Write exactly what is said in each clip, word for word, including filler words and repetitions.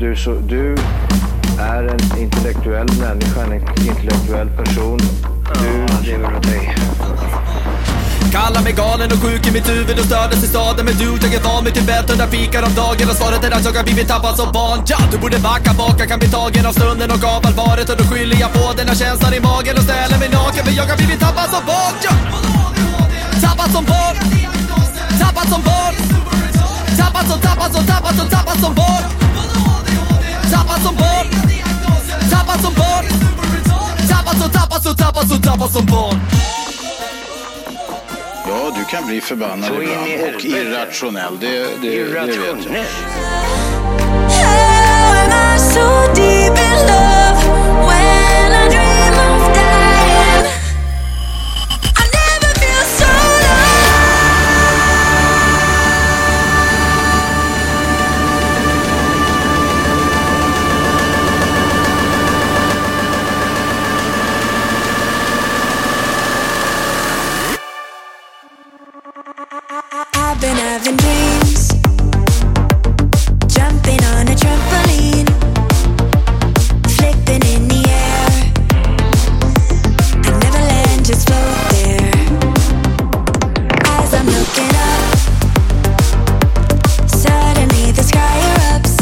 du, så, du är en intellektuell människa, en intellektuell person. Du lever åt dig. Kallar mig galen och sjuk i mitt huvud och stördes i staden. Men du, jag är van vid Tibet under fikar om dagen. Och svaret är att jag har blivit tappad som barn. Ja, du borde backa bak, jag kan bli tagen av stunden och av allvaret. Och då skyller jag på den här känslan i magen och ställer mig naken. För jag har blivit tappad som barn. Ja. Tappad som barn. Tappad som barn. Tappad som, tappad som, tappad som, tappad som barn. Tappad som barn. Tappad som barn. Tappad som, tappad som, tappad som, tappad som barn. Ja, du kan bli förbannad ibland och irrationell, det, det, det vet jag. Been having dreams, jumping on a trampoline, flipping in the air. I never land, just float there. As I'm looking up, suddenly the sky erupts.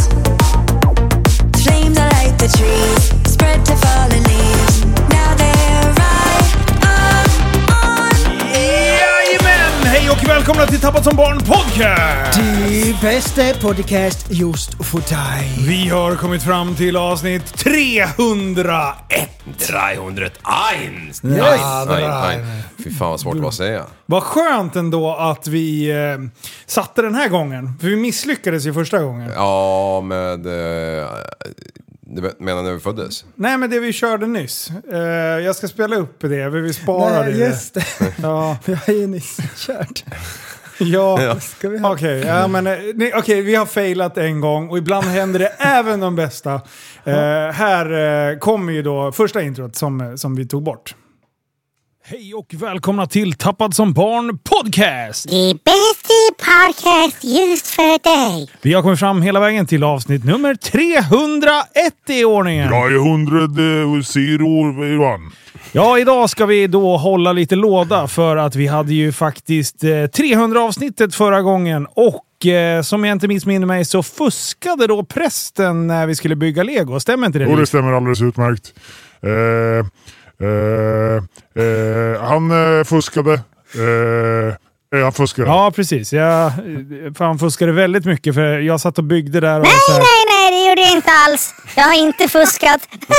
Flames that light the trees, spread to fallen leaves. Now they're right up on me. Jajamän! Hej och välkomna till Tappat som barn podcast! Det bästa podcast just för dig. Vi har kommit fram till avsnitt trehundraett. trehundraett. Yes. Nej, nej, nej. Fy fan vad svårt det var att säga. Vad skönt ändå att vi eh, satte den här gången. För vi misslyckades ju första gången. Ja, med... Eh, du menar när vi föddes? Nej, men det vi körde nyss. Eh, jag ska spela upp det. Vi vill spara Nej, det. just det. Ja. Vi har ju nyss kört. Ja, Ja. Ska vi ha? okej. Okay, ja, men, eh, nej, okay, vi har failat en gång och ibland händer det även de bästa. Eh, här eh, kommer ju då första introt som, som vi tog bort. Hej och välkomna till Tappad som barn podcast! Det bästa podcast just för dig. Vi har kommit fram hela vägen till avsnitt nummer trehundraett i ordningen. trehundraett zero one. Ja, idag ska vi då hålla lite låda för att vi hade ju faktiskt eh, trehundra avsnittet förra gången och eh, som jag inte missminner mig så fuskade då prästen när vi skulle bygga Lego. Stämmer inte det? Jo, det stämmer alldeles utmärkt. Eh, eh, eh, han eh, fuskade. Eh, han fuskade. Ja, precis. Jag, för han fuskade väldigt mycket för jag satt och byggde där och Nej, så här, nej, nej, det gjorde jag inte alls. Jag har inte fuskat.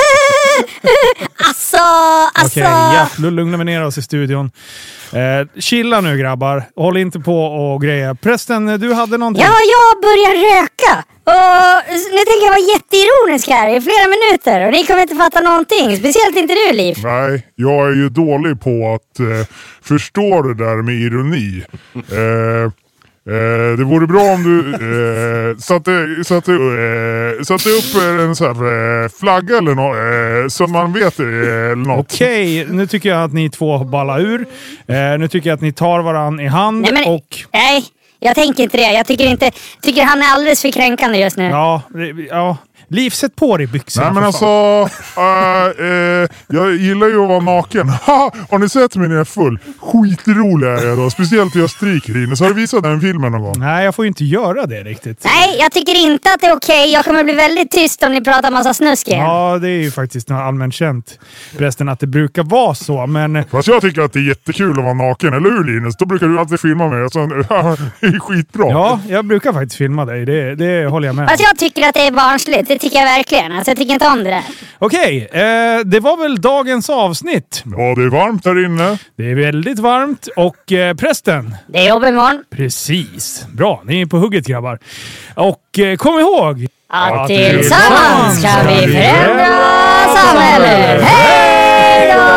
alltså, alltså. Okej, ja, då lugnar vi ner oss i studion. Eh, chilla nu grabbar. Håll inte på och greja. Prästen, du hade någonting? Ja, jag börjar röka. Och nu tänker jag vara jätteironisk här i flera minuter. Och ni kommer inte fatta någonting. Speciellt inte du, Liv. Nej, jag är ju dålig på att eh, förstå det där med ironi. Eh, eh, det vore bra om du eh, satte, satte, eh, satte upp en sån här eh, flagga eller något, eh, så man vet eh, eller något. Okej, nu tycker jag att ni två ballar ur. Eh, nu tycker jag att ni tar varann i hand Nej, men, och... nej, jag tänker inte det. Jag tycker inte, tycker han är alldeles för kränkande just nu. Ja, ja. Liv, sätt på dig byxorna. Nej men alltså, äh, äh, jag gillar ju att vara naken. Ha, har ni sett mig när jag är full? Skitrolig är jag då, speciellt när jag stryker in. Så har du visat den filmen någon gång? Nej, jag får ju inte göra det riktigt. Nej, jag tycker inte att det är okej. Jag kommer bli väldigt tyst om ni pratar massa snusk igen. Ja, det är ju faktiskt något allmänt känt. Förresten att det brukar vara så, men... Fast jag tycker att det är jättekul att vara naken, eller hur Linus? Då brukar du alltid filma mig. Alltså, det är skitbra. Ja, jag brukar faktiskt filma dig. Det, det håller jag med. Fast jag tycker att det är barnsligt. Det tycker jag verkligen. Alltså jag tycker inte om det där. Okej, eh, det var väl dagens avsnitt. Ja, det är varmt här inne. Det är väldigt varmt och eh, prästen. Det är jobb imorgon. Precis. Bra, ni är på hugget grabbar. Och eh, kom ihåg. Att tillsammans kan vi förändra samhället. Hej då!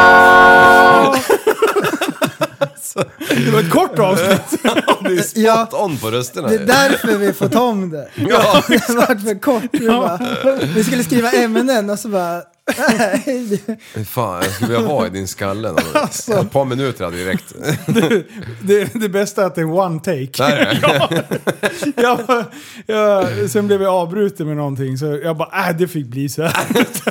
Det var ett kort avsnitt. Det är spot Ja. on på rösterna. Det är därför vi får ta om det. Ja, Det var för kort. Vi, bara, vi skulle skriva ämnen och så bara... Fan, jag skulle vilja vara i din skalle. Alltså. Ett par minuter hade direkt. det, det, det bästa är att det är one take. Nej, ja, jag, jag, sen blev jag avbruten med någonting. Så jag bara, äh, det fick bli så här.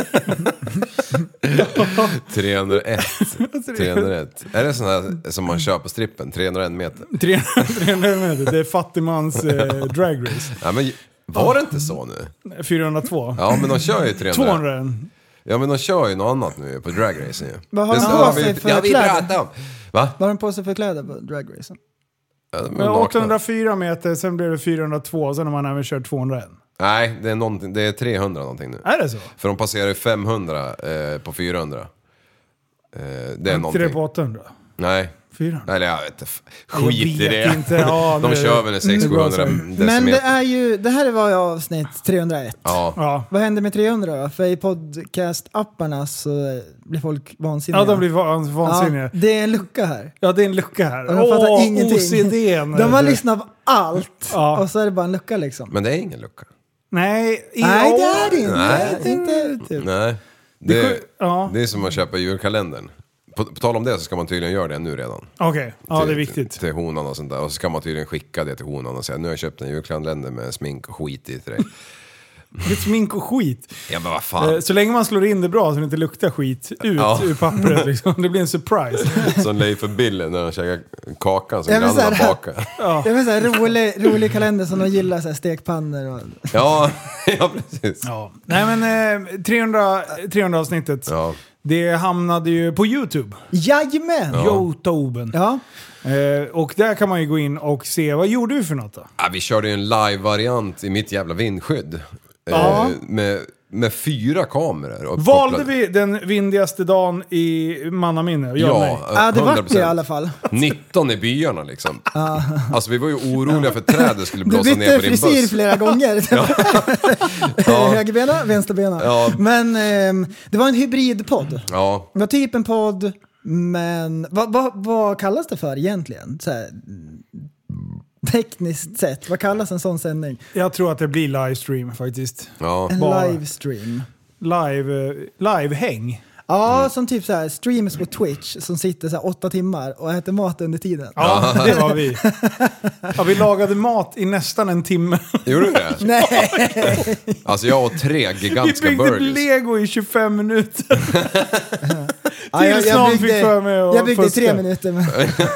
trehundraett. trehundraett. Är det sån här som man kör på strippen? trehundraen meter. trehundraen meter, det är fattigmans eh, drag race. Ja, men var det inte så nu? fyrahundratvå. Ja, men de kör ju trehundra. tvåhundra. Ja, men de kör ju något annat nu på dragracen ju. Vad har de ja, på sig för ja, vi kläder? om. Va? Vad har de på sig för kläder på dragracen? Ja, åttahundrafyra meter, sen blev det fyrahundratvå och sen har man även kört tvåhundraett. Nej, det är, någonting, det är trehundra någonting nu. Är det så? För de passerar ju femhundra eh, på fyrahundra. Eh, det är inte någonting. det på åttahundra? Nej. fyrahundra? Eller jag vet inte. Skit i det. Inte. Ja, de nu, kör väl sex till sjuhundra decimeter. Men det är ju, det här var ju avsnitt trehundraett. Ja. Ja. Vad händer med trehundra då? För i podcast-apparna så blir folk vansinniga. Ja, de blir van, vansinniga. Ja, det är en lucka här. Ja, det är en lucka här. Och de fattar Åh, ingenting. O C D:n. De har lyssnat på allt Ja. och så är det bara en lucka liksom. Men det är ingen lucka. Nej, i, Nej, åh, det är det inte. Nej. Det är inte typ. Nej. Det, Det- ja. det är som att köpa julkalendern. På, på tal om det så ska man tydligen göra det nu redan. Okej, ja till, det är viktigt. Till, till honan och sånt där. Och så ska man tydligen skicka det till honan och säga nu har jag köpt en julkalender med smink och skit i till dig. Det är smink och skit. Ja, men vad fan. Eh, Så länge man slår in det bra så det inte luktar skit ut Ja. ur pappret liksom. Det blir en surprise. Som Leif och Billy när de käkar kakan som Ja, men så grannarna här- bakar. Det är en sån här rolig, rolig kalender som de gillar, så här stekpannor och... Ja, ja precis. Ja. Nej men eh, trehundra, trehundra avsnittet. Ja. Det hamnade ju på YouTube. Jajamän! Ja. YouTuben. Ja. Eh, och där kan man ju gå in och se, vad gjorde vi för något då? Ja, vi körde ju en live-variant i mitt jävla vindskydd. Ja. Eh, med, med fyra kameror. Och Valde kopplade- vi den vindigaste dagen i mannaminne? Ja, Ja, nej. Ja, det hundra vart det procent. i alla fall. nitton i byarna liksom. Alltså vi var ju oroliga för trädet skulle Du blåsa ner bytte på din frisyr buss. flera gånger. Ja. Högerbena, vänsterbena. Ja. Men ehm, det var en hybridpodd. Ja, Det var typ en podd, men vad, vad, vad kallas det för egentligen? Så här, tekniskt sett, vad kallas en sån sändning? Jag tror att det blir livestream faktiskt. ja. En Bara. livestream. Live, eh, live-häng. Ja, som typ så här streams på Twitch som sitter så här åtta timmar och äter mat under tiden. Ja, det var vi. Ja, vi lagade mat i nästan en timme. Gjorde du det? Nej! Alltså jag åt tre Vi gigantiska byggde burgers. lego i tjugofem minuter. Ja, jag, Tills jag någon byggde, fick för mig att jag byggde i fuska. tre minuter. Men,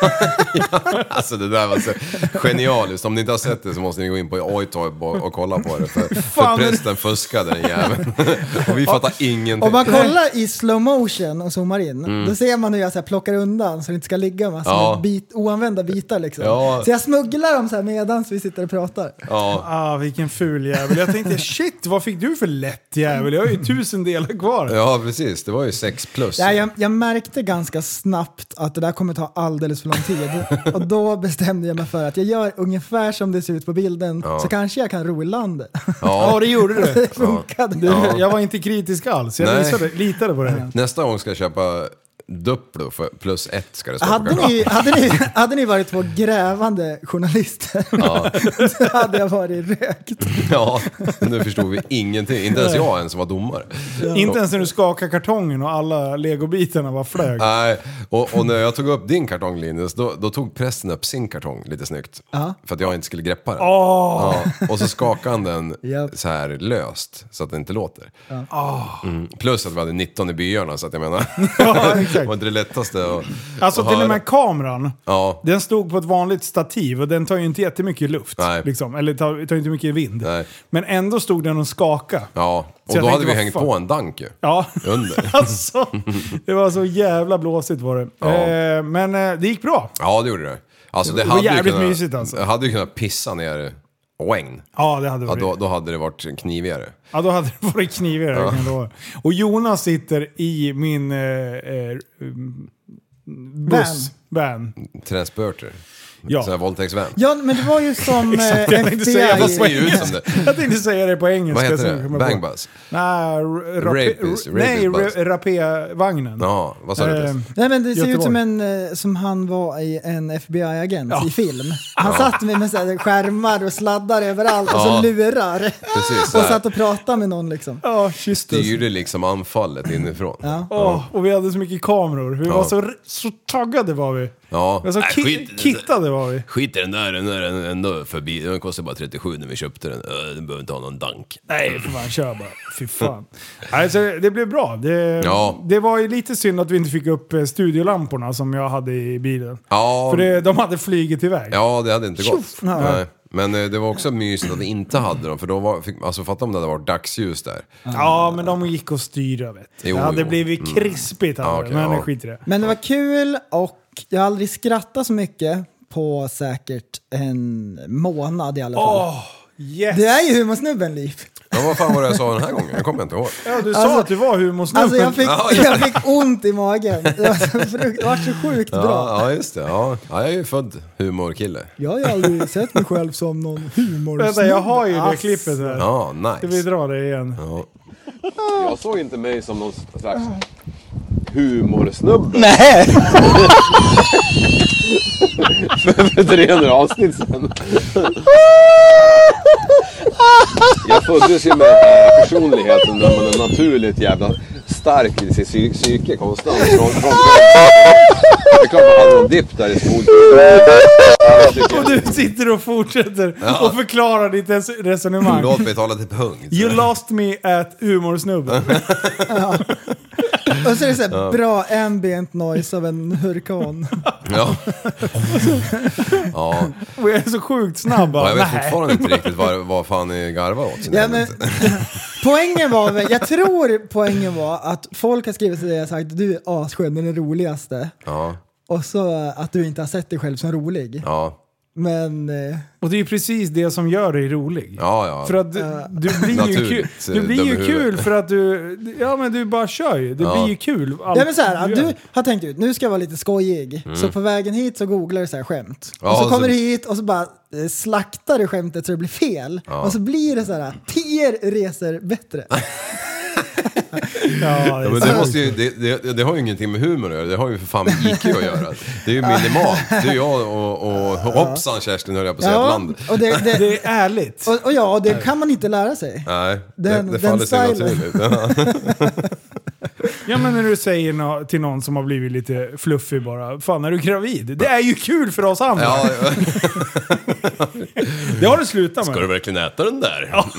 Alltså det där var så genialiskt. Om ni inte har sett det så måste ni gå in på Oitoib och, och kolla på det. För, för Fan, prästen fuskade den jäveln. Och vi fattar ingenting. om man kollar i slow motion och zoomar in, då ser man hur jag så här plockar undan så det inte ska ligga massa Ja. med bit, oanvända bitar liksom. Ja. Så jag smugglar dem så här medans vi sitter och pratar. Ja. Ah, vilken ful jävel. Jag tänkte, shit, vad fick du för lätt jävel? Jag har ju tusen delar kvar. Ja, precis. Det var ju sex plus. Ja, jag, jag märkte ganska snabbt att det där kommer ta alldeles för lång tid. Och då bestämde jag mig för att jag gör ungefär som det ser ut på bilden, Ja. så kanske jag kan ro i land. Ja, Ja. det gjorde du. Det funkade. Du, jag var inte kritisk alls. Jag Nej. visade, litade på det. Nästa gång ska jag köpa Duplo för plus ett ska det stå på Hade kartan. ni, hade, ni, hade ni varit två grävande journalister Ja. så hade jag varit rökt. Ja, nu förstod vi ingenting. Inte ens jag än som var domare. Inte ens när du skakade kartongen och alla legobitarna var flög. Nej, och, och när jag tog upp din kartong, Linus, då, då tog prästen upp sin kartong lite snyggt. Ja. För att jag inte skulle greppa den. Åh! Ja, och så skakade han den Japp. så här löst, så att den inte låter. Mm. Plus att vi hade nitton i byarna, så att jag menar, Ja, det exakt. var inte det lättaste att, Alltså att till och höra. med kameran, Ja, den stod på ett vanligt stativ och den tar ju inte jättemycket luft. Nej. Liksom. Eller tar, tar inte mycket vind. nej. Men ändå stod den och skaka. Ja, Så och jag då tänkte, hade vi vad hängt fan. på en dank ju. Ja, Under. alltså. Det var så jävla blåsigt var det. Ja. Eh, men eh, det gick bra. Ja, det gjorde det. Alltså det, Det var hade ju jävligt kunnat, mysigt alltså. Jag hade ju kunnat pissa ner Wayne. Ja, det hade Ja, varit. då, då hade det varit knivigare. Ja, då hade det varit knivigare. Ja. kan jag lova. Och Jonas sitter i min eh, eh, buss. Van. Transporter. Ja. Så här våldtäktsvän. Ja, men det var ju som eh, Exakt, jag F tänkte B säga I. vad ser ju ut som det. Jag tänkte säga det på engelska. Vad heter så det? kommer jag på. Bang Bus? Nej, ra- rapé- Rapist, r- nej rapist bus. ra- rapé-vagnen. Ja, vad sa du? Eh, precis? Nej, men det ser ut Göteborg. som en eh, som han var i en F B I-agent Ja. i film. Han satt med, med så här skärmar och sladdar överallt och Ja. så lurar. Precis, så Och här. satt och pratade med någon liksom. Ja, just det. Styrde liksom anfallet inifrån. Ja. Åh, och vi hade så mycket kameror. Vi Ja. var så, så taggade var vi. Ja. Vi var så Nej, ki- skit- kittade var vi. Skit i den där, den där är ändå förbi. Den kostade bara trettiosju när vi köpte den. Ö, Den behöver inte ha någon dank. Nej, för fan, kör bara. Fy fan. Alltså, det blev bra. Det, Ja. det var ju lite synd att vi inte fick upp eh, studiolamporna som jag hade i bilen. Ja, För det, de hade flugit iväg. ja det hade inte gått. Tjoff! Ja. Nej. Men eh, det var också mysigt att vi inte hade dem. För då var, fick, alltså fatta om det hade varit dagsljus där. Ja, men de gick och styrde, vet du. Jo, Det hade jo. blivit Mm. krispigt, hade Ja, det, okej, men ja. skit i det. Men det var kul och jag har aldrig skrattat så mycket på säkert en månad i alla fall. Åh, yes! Det är ju humorsnubben, Liv. Ja, vad fan var det jag sa den här gången? Jag kommer inte ihåg. Ja, du sa Alltså- att du var humorsnubben. Alltså jag fick, Ja, ja. jag fick ont i magen. Det var så, frukt, det var så sjukt bra. Ja, ja, just det. Ja. Ja, jag är ju född humorkille. Jag har ju aldrig sett mig själv som någon humorsnubbe. Vänta, jag har ju det Ass. klippet här. Ja, Ska vi nice. dra det igen? Ja. Jag såg inte mig som någon slags humorsnubbe. Nej! För trehundra avsnitt sen. Jag föddes ju med den här personligheten där man är naturligt jävla stark i sin psy- psyke konstant. Från, från, det är klart man hade en dipp där i skoltiden. Och du sitter och fortsätter Ja. och förklarar ditt res- resonemang. Låt mig tala till punkt. You lost me at humorsnubben. Och så är det så här bra ambient noise av en hurrikan. Ja. Ja. Och jag är så sjukt snabb. Och jag vet Nej. fortfarande inte riktigt vad, vad fan ni garvar åt. Ja, men, poängen var väl, jag tror poängen var att folk har skrivit till dig och sagt att du är asskön, den är den roligaste. Ja, Och så att du inte har sett dig själv som rolig. ja, Men eh, Och det är ju precis det som gör dig rolig. ja, ja. För att du, du blir ju Naturligt, kul, du blir dum ju i huvudet. kul för att du, ja men du bara kör ju. Det Ja. blir ju kul. Allt ja, men så här, du du gör. har tänkt ut, nu ska jag vara lite skojig. Så på vägen hit så googlar du så här skämt. Ja, och så så- kommer du hit och så bara eh, slaktar du skämtet så det blir fel. Ja. Och så blir det så här, tio resor bättre. Ja, det Ja, är men så. det, måste ju, det, det, det har ju ingenting med humor att göra, det har ju för fan med I Q att göra. Det är ju minimalt. Det är jag och, och hoppsan Kerstin höll jag på att säga ett Ja, land. och, det, det, Det är ärligt. och, och ja, det kan man inte lära sig. Nej, Den- det, det den faller sig stilen. naturligt. Ja men när du säger no- till någon som har blivit lite fluffig bara, fan är du gravid? Det är ju kul för oss andra. Ja, ja. Det har du slutat med. Ska du verkligen äta den där? Ja.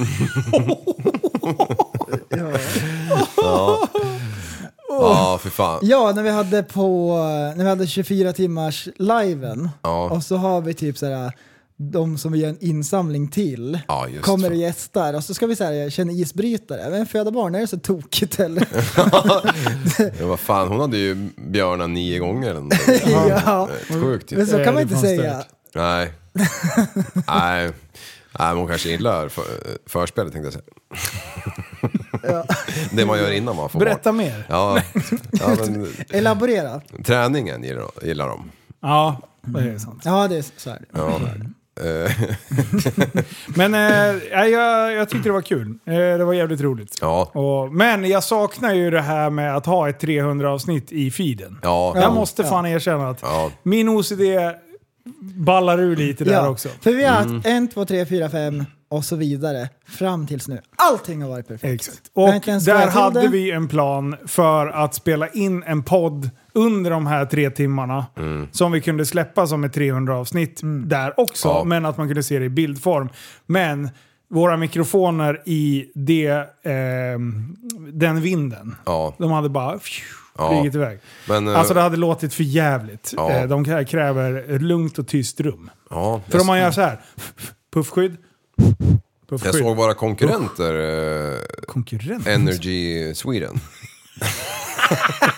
Ja. Ja, för fan. Ja, när vi hade på när vi hade tjugofyra timmars liven Ja. och så har vi typ såhär de som vi gör en insamling till Ja, just kommer det. och gästar och så ska vi säga känna isbrytare. Men föda barn, är det så tokigt eller? Ja, vad fan, hon hade ju björnar nio gånger eller något. Ja. Ett sjukt ju. Men så Det kan man är inte fan säga. stört. Nej. Nej. Nej, men hon kanske gillar för, förspelet tänkte jag säga. Det man gör innan man får Berätta barn. mer. Ja, ja men, Elaborera. träningen gillar, gillar de. Ja, det är sant. Ja, det är så här. Ja. Eh, Men eh, ja, jag, jag tyckte det var kul. Eh, det var jävligt roligt. Ja. Och, men jag saknar ju det här med att ha ett trehundra avsnitt i feeden. Ja. Jag måste fan erkänna att Ja. min O C D ballar ur lite där Ja, också. för vi har Mm. haft en, två, tre, fyra, fem och så vidare fram tills nu. Allting har varit perfekt. Exakt. Jag har Och inte ens där skojat till hade det. vi en plan för att spela in en podd under de här tre timmarna Mm. som vi kunde släppa som ett trehundra avsnitt där också, Ja. men att man kunde se det i bildform. Men våra mikrofoner i det, ehm, den vinden, Ja. de hade bara Ja. flugit iväg. Men, eh, Alltså det hade låtit för jävligt. Ja. Eh, De k- kräver ett lugnt och tyst rum. Ja, För jag, om man gör så här, puffskydd, jag puffskydd. såg våra konkurrenter, eh, Konkurrent? Energy Sweden.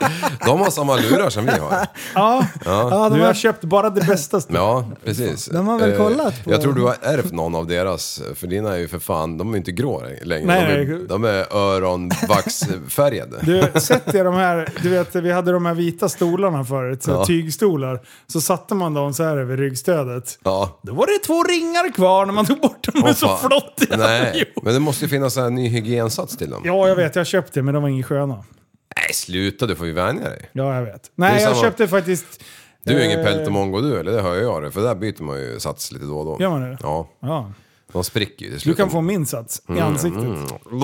De har samma lurar som vi har. Ja, Ja. ja de har köpt bara det bästaste. Ja, precis. De har väl kollat på... Jag tror du har ärvt någon av deras, för dina är ju för fan, de är inte grå längre. Nej, de, är, nej. de är öronvaxfärgade. Du, sett jag de här, du vet vi hade de här vita stolarna förut, så Ja. tygstolar. Så satte man dem så här över ryggstödet. Ja. Då var det två ringar kvar när man tog bort dem. De är så fan. flottiga. Nej, men det måste ju finnas en ny hygiensats till dem. Ja, jag vet. Jag köpte det, men de var inga sköna. Nej, sluta, du får ju vänja dig. Ja, jag vet. Nej, jag samma- köpte faktiskt... Du är ingen eh, peltomongo du, eller det hör jag det. För där byter man ju sats lite då och då. Gör man det? Ja, Ja. de spricker ju till Du slut. kan få min sats i Mm, ansiktet. mm.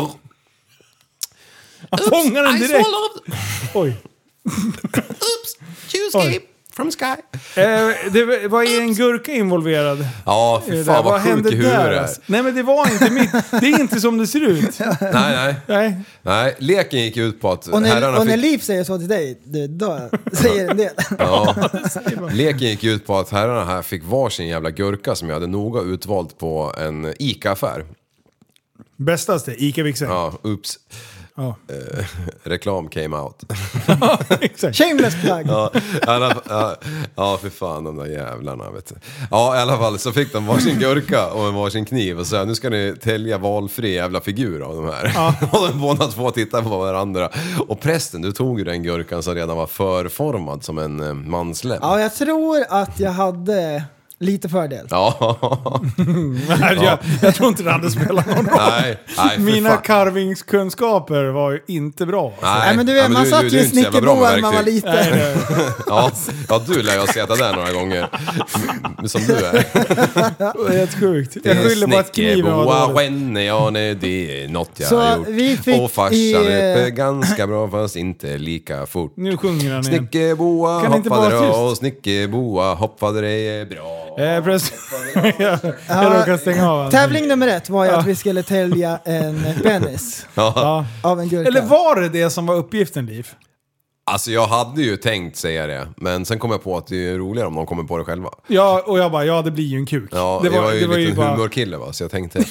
Jag fångar den direkt. Oj. Oops, Oj. escape from sky. Eh, det var ju en gurka involverad. Ja, Eh, för där. fan vad sjuk hände i huvudet där, det är. alltså? Nej, men det var inte mitt. Det är inte som det ser ut. Nej, nej. Nej. Nej, leken gick ut på att Och när, herrarna och när fick... Liv säger så till dig, det, då säger en del. Ja. Leken gick ut på att herrarna här fick varsin jävla gurka som jag hade noga utvalt på en Ica-affär. Bästaste, Ica-vixen. Ja, oops. Ja. Eh, reklam came out. Exakt. Shameless plug. Ja, alla, ja, ja, för fan de där jävlarna vet du. Ja, i alla fall så fick de varsin gurka och en varsin kniv och så här, nu ska ni tälja valfri jävla figur av de här. Ja. Och de båda två tittar på varandra. Och prästen, du tog ju den gurkan som redan var förformad som en eh, mansläm. Ja, jag tror att jag hade lite fördel. Ja. Nej, jag, jag tror inte det hade spelat någon roll. Nej, nej, för Mina fan. carvingskunskaper var ju inte bra. Nej, Nej, men du ja, vet, man du- satt du- ju du är i inte så jävla bra med snickerboa när man var verktyg. liten. Nej, det, Ja, ja, du lär ju ha suttit där några gånger. Mm, som du är. det var helt sjukt. Jag skyller på att kniven var Snickerboa, dålig. skenne, ja nej, det är något jag Så har gjort. vi fick Och farsan i- löper ganska bra fast inte lika fort. Nu sjunger han igen. Snickerboa Kan inte hoppade vara det tyst? och snickerboa hoppade det bra. Eh, precis. jag jag råkade stänga av. Tävling nummer ett var ju Ja. att vi skulle tälja en penis Ja. av en gurka. Eller var det det som var uppgiften, Liv? Alltså jag hade ju tänkt säga det, men sen kom jag på att det är roligare om de kommer på det själva. Ja, och jag bara, ja det blir ju en kuk. Ja, det jag var ju en liten bara humorkille va, så jag tänkte...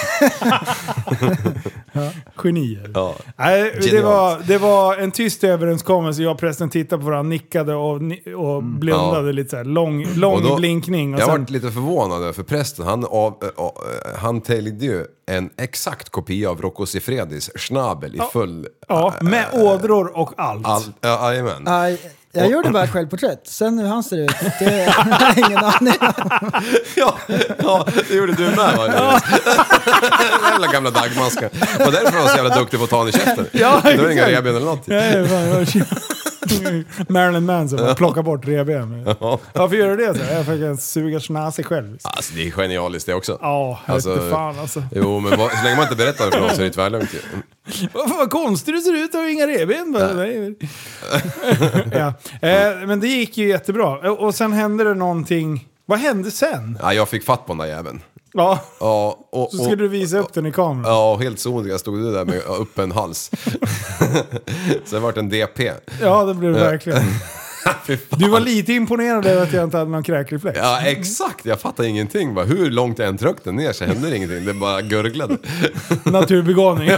genier. Ja. Nej, det Genialt. var, det var en tyst överenskommelse. Jag och prästen tittade på varandra, nickade och, ni- och blundade Ja. lite så här. Lång, lång Och då- blinkning. Och jag sen, varit lite förvånad för prästen, han, av, äh, äh, han täljde ju en exakt kopia av Rocco Siffredis Schnabel i full... ja, med ådror och allt. All, ja, jajamän. Nej, jag gjorde bara ett självporträtt. Sen hur han ser ut, det har jag ingen aning om. Ja, ja, det gjorde du med va? Den jävla gamla dagmasken. Och därför var jag så jävla duktig på att ta den i käften. Ja, det var inga exakt. revben eller något. Ja, ja, fan, jag- Marilyn Manson bara plockar bort revben. Ja. Varför gör du det? Så? Jag fick suga snasig själv. Alltså det är genialiskt det också. Ja, jag Alltså, vet inte fan alltså. Jo, men vad, så länge man inte berättar det för någon så är det tvärlugnt ju. Vad vad konstigt du ser ut, har inga revben. Bara, nej. ja. eh, men det gick ju jättebra. Och sen hände det någonting. Vad hände sen? Ja, jag fick fatt på den där jäveln. Ja, Ja, och, så skulle och, du visa upp den i kameran. ja, helt sonika stod du där med öppen hals. Sen vart det en D P. Ja, det blev det verkligen. Fy fan. Du var lite imponerad över att jag inte hade någon kräkreflex. Ja, exakt. Jag fattar ingenting. Bara, hur långt jag än tryckte den ner så hände ingenting. Det bara gurglade. Naturbegåvning.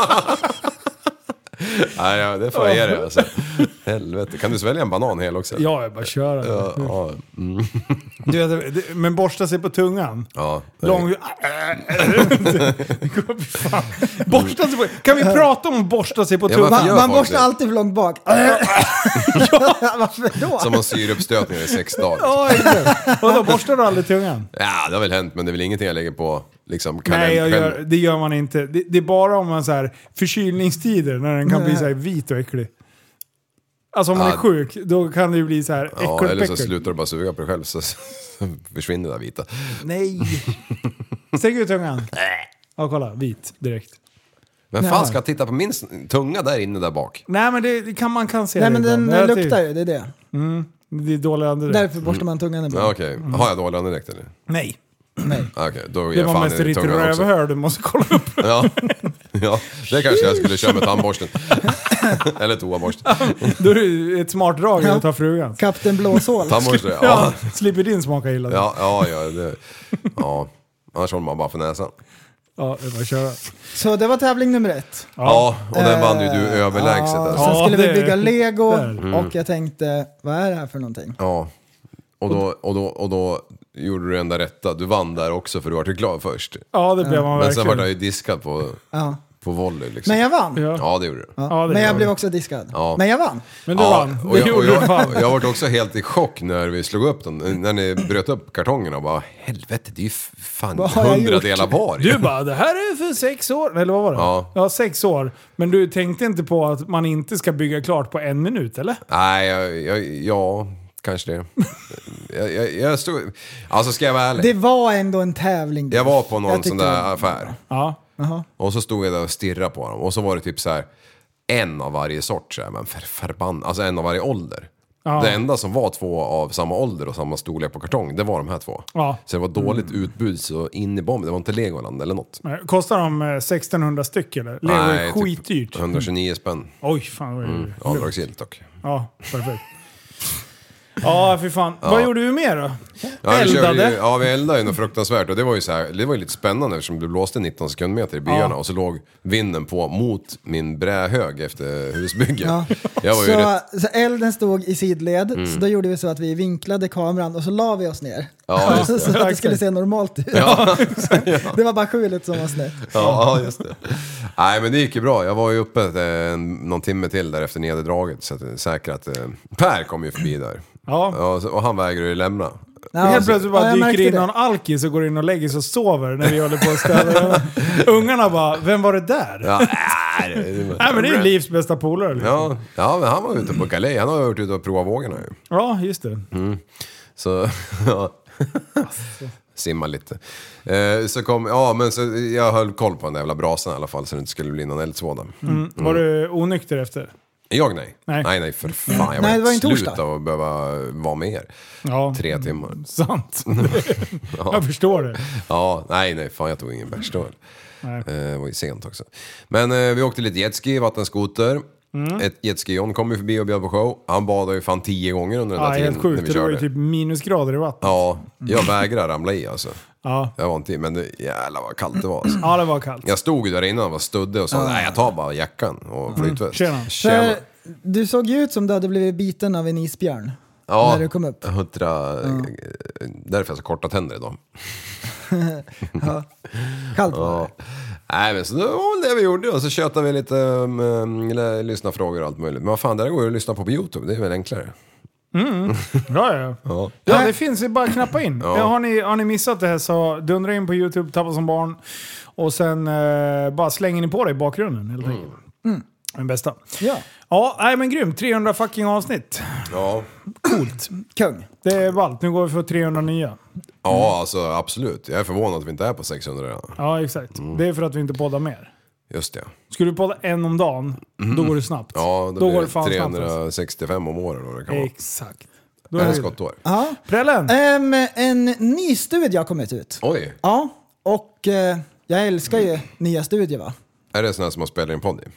Nej, ja, det får jag ge dig alltså. Helvete. Kan du svälja en banan hel också? Ja, jag bara köra. Ja, ja. Mm. Du vet, det- men borsta sig på tungan. Ja, det- Lång... Fan. Borsta sig på... Kan vi prata om att borsta sig på Ja, tungan? varför Man, gör man folk borstar det? alltid för långt bak. Varför då? Som en syreuppstötning i sex dagar. Ja, exakt. Och då borstar du aldrig tungan? Ja, det har väl hänt, men det är väl ingenting jag lägger på liksom Nej, jag kalendern. gör, det gör man inte. Det, det är bara om man så här förkylningstider när den kan bli så här vit och äcklig. Alltså om man Ja. är sjuk, då kan det ju bli så här Ja, eller så äckelpäckel. slutar du bara suga på dig själv så försvinner det där vita. Nej. Stäng ut tungan. Ja, kolla. Vit direkt. Men Nej. fan ska jag titta på min s- tunga där inne där bak? Nej, men det, det kan man kan se Nej det men den, ibland. den Det är luktar ju, det är det. Mm, det är dålig andedräkt. Därför borstar man tungan Ja, ibland. okej. Har jag dålig andedräkt eller? Nej. Nej. Okej, då ger Det jag var fan mest i lite tungan också. rövhör du måste kolla upp. Ja. Ja, det kanske jag skulle köra med tandborsten. Eller toaborsten. Då är det ett smart drag att ta frugan. Kapten Blåsål. Tandborste, Ja, ja. slipper din smaka illa. Ja, ja, ja, det, ja. Annars håller man bara för näsan. Ja, det var köra. Så det var tävling nummer ett. Ja, och den vann ju du Eh, överlägset. Ja, Alltså. sen Ja, skulle det- vi bygga Lego där. och jag tänkte, vad är det här för någonting? Ja, och då, och, då, och då gjorde du den där rätta. Du vann där också för du var ju klar först. Ja, det blev man Men sen verkligen. var det ju diskad på, Ja. på volley liksom. Men jag vann. Ja. Ja, det gjorde du. Ja. Ja, det Men jag var blev det. också diskad. Ja. Men jag vann. Men du Ja, vann. och Det jag, och gjorde du jag, fan. jag var också helt i chock när vi slog upp den. När ni bröt upp kartongerna och bara, helvete, det är ju f- fan Vad har jag hundra gjort? delar var. Du bara, det här är för sex år. Eller vad var det? Ja. ja, sex år. Men du tänkte inte på att man inte ska bygga klart på en minut, eller? Nej, jag, jag, ja, kanske det. jag, jag, jag stod... Alltså ska jag vara ärlig. Det var ändå en tävling. Jag var på någon Jag sån tyckte- där affär. Ja. Jaha. Och så stod jag där och stirrade på dem. Och så var det typ så här en av varje sort. Så här, men för, förbann, alltså en av varje ålder. Ja. Det enda som var två av samma ålder och samma storlek på kartong, det var de här två. Ja. Så det var dåligt utbud så in i bomben. Det var inte Legoland eller något. Men Kostar de eh, sextonhundra styck eller? Lego är skitdyrt. Typ etthundratjugonio spänn. Oj, fan vad är det? Mm, avdragsgillt dock. Ja, perfekt. Ja, för fan. Vad gjorde du mer då? Ja, vi körde Eldade? ju, ja, vi eldade ju något fruktansvärt och det var ju så här, det var ju lite spännande eftersom det blåste nitton sekundmeter i byarna Ja. och så låg vinden på mot min brähög efter husbygget. Ja. Jag var ju Så, rätt... så elden stod i sidled, så då gjorde vi så att vi vinklade kameran och så la vi oss ner. Ja, just det. Så att det skulle se normalt ut. Ja, Det var bara skjulet som var snett. ja, just det. Nej, men det gick ju bra. Jag var ju uppe en, någon timme till där efter neddraget så att det är säkert att eh, Per kom ju förbi där. Ja. Ja, så- och han vägrade ju lämna. Ja, Helt plötsligt ja, bara jag dyker märkte in det. någon alkis och går in och lägger sig och sover när vi håller på att städa. Ungarna bara, vem var det där? Ja, äh, det, det, Nej men det är ju livs bästa polare. Liksom. ja, ja, men han var ute på galej. Han har varit ute och provat vågorna ju. Ja, just det. Så, ja. Simma lite. Eh, så kom, ja men så jag höll koll på den där jävla brasan i alla fall så det inte skulle bli någon eldsvåda. Mm. Var du onykter efter? Jag nej. Nej. Nej, nej för fan. Jag var Nej, det helt var en slut torsdag. av att behöva vara med er. Ja. Tre timmar. Sant. Jag förstår det. Ja, nej, nej, fan jag tog ingen bärs då. Nej. Eh, det var ju sent också. Men eh, vi åkte lite jetski, vattenskoter. Mm. Ett jetski-on kom ju förbi och bjöd på show. Han badade ju fan tio gånger under den Ja, där tiden helt när sjukt. vi Det var körde. ju typ minusgrader i vattnet. Ja, jag vägrar ramla i alltså. Ja. Jag var inte i, men det, jävlar vad kallt det var alltså. Ja, det var kallt. Jag stod ju där innan och var stödde och sa nej jag tar bara jackan och flytväst. Tjena. Tjena. För du såg ju ut som du hade blivit biten av en isbjörn Ja, när du kom upp. Huttra, därför jag har så korta tänder idag. Ja. Kallt var Ja. det. Nej men så det var väl det vi gjorde och så tjötade vi lite um, lyssna frågor och allt möjligt. Men vad fan, det där går ju att lyssna på på YouTube, det är väl enklare. Ja, ja. Ja. Ja, det finns ju bara att knappa in. Ja. Ja. Har, ni, har ni missat det här så dundra in på YouTube, Tappa som barn. Och sen eh, bara slänger ni på det i bakgrunden helt enkelt. Mm. Den bästa. Ja, Ja, nej men grymt. trehundra fucking avsnitt. Ja. Coolt. kung. Det är ballt. Nu går vi för trehundra nya. Ja, alltså absolut. Jag är förvånad att vi inte är på sexhundra redan. Ja, exakt. Det är för att vi inte poddar mer. Just det. Skulle du podda en om dagen, då går det snabbt. Ja, då, då blir går det det fan snabbt. alltså. trehundrasextiofem om året då det kan vara. Exakt. Då är Eller det skottår. Ja. Prällen. Ehm, en ny studie har kommit ut. Oj, Ja, och eh, jag älskar ju nya studier va? är det sån här som man spelar in podd i?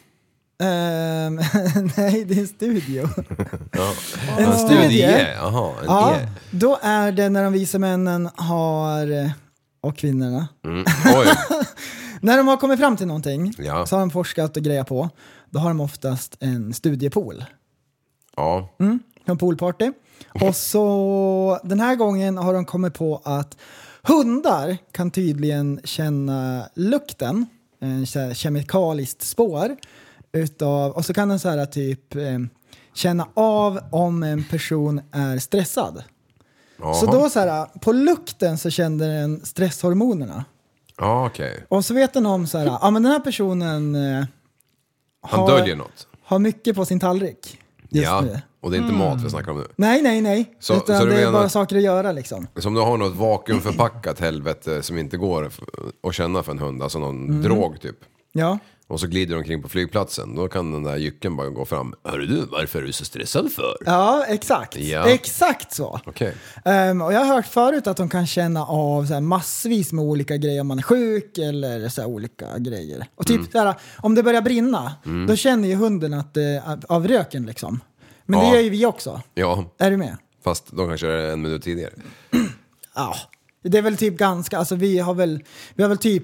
Ehm, nej, det är en studio. Ja. En En studie. studie? Jaha, en Ja, E. då är det när de visa männen har, eh, och kvinnorna, Mm. Oj, när de har kommit fram till någonting Ja. så har de forskat och grejat på. Då har de oftast en studiepool. ja. Mm, en poolparty. Och så den här gången har de kommit på att hundar kan tydligen känna lukten, en så här kemikaliskt spår utav, och så kan den så här typ eh, känna av om en person är stressad. Jaha. Så då så här, på lukten så kände den stresshormonerna. Ja, okej. Och så vet den om så här, ja men den här personen eh, Han har, döljer något. har mycket på sin tallrik just Ja, nu. och det är inte mat vi snackar om nu. Nej, nej, nej. Så- Utan så du det är menar- bara saker att göra liksom. Som du har något vakuumförpackat helvete som inte går f- att känna för en hund, alltså någon Mm. drog typ. Ja. Och så glider de omkring på flygplatsen, då kan den där jycken bara gå fram. Hörru du, varför är du så stressad för? Ja, exakt. Ja. Exakt så. Okej. Ehm, och jag har hört förut att de kan känna av så här massvis med olika grejer om man är sjuk eller så här olika grejer. Och typ Mm. så här, om det börjar brinna, då känner ju hunden att det, av röken liksom. Men Ja. det gör ju vi också. Ja, Är du med? fast de kanske är en minut tidigare. Ja. Det är väl typ ganska, alltså vi har väl, vi har väl typ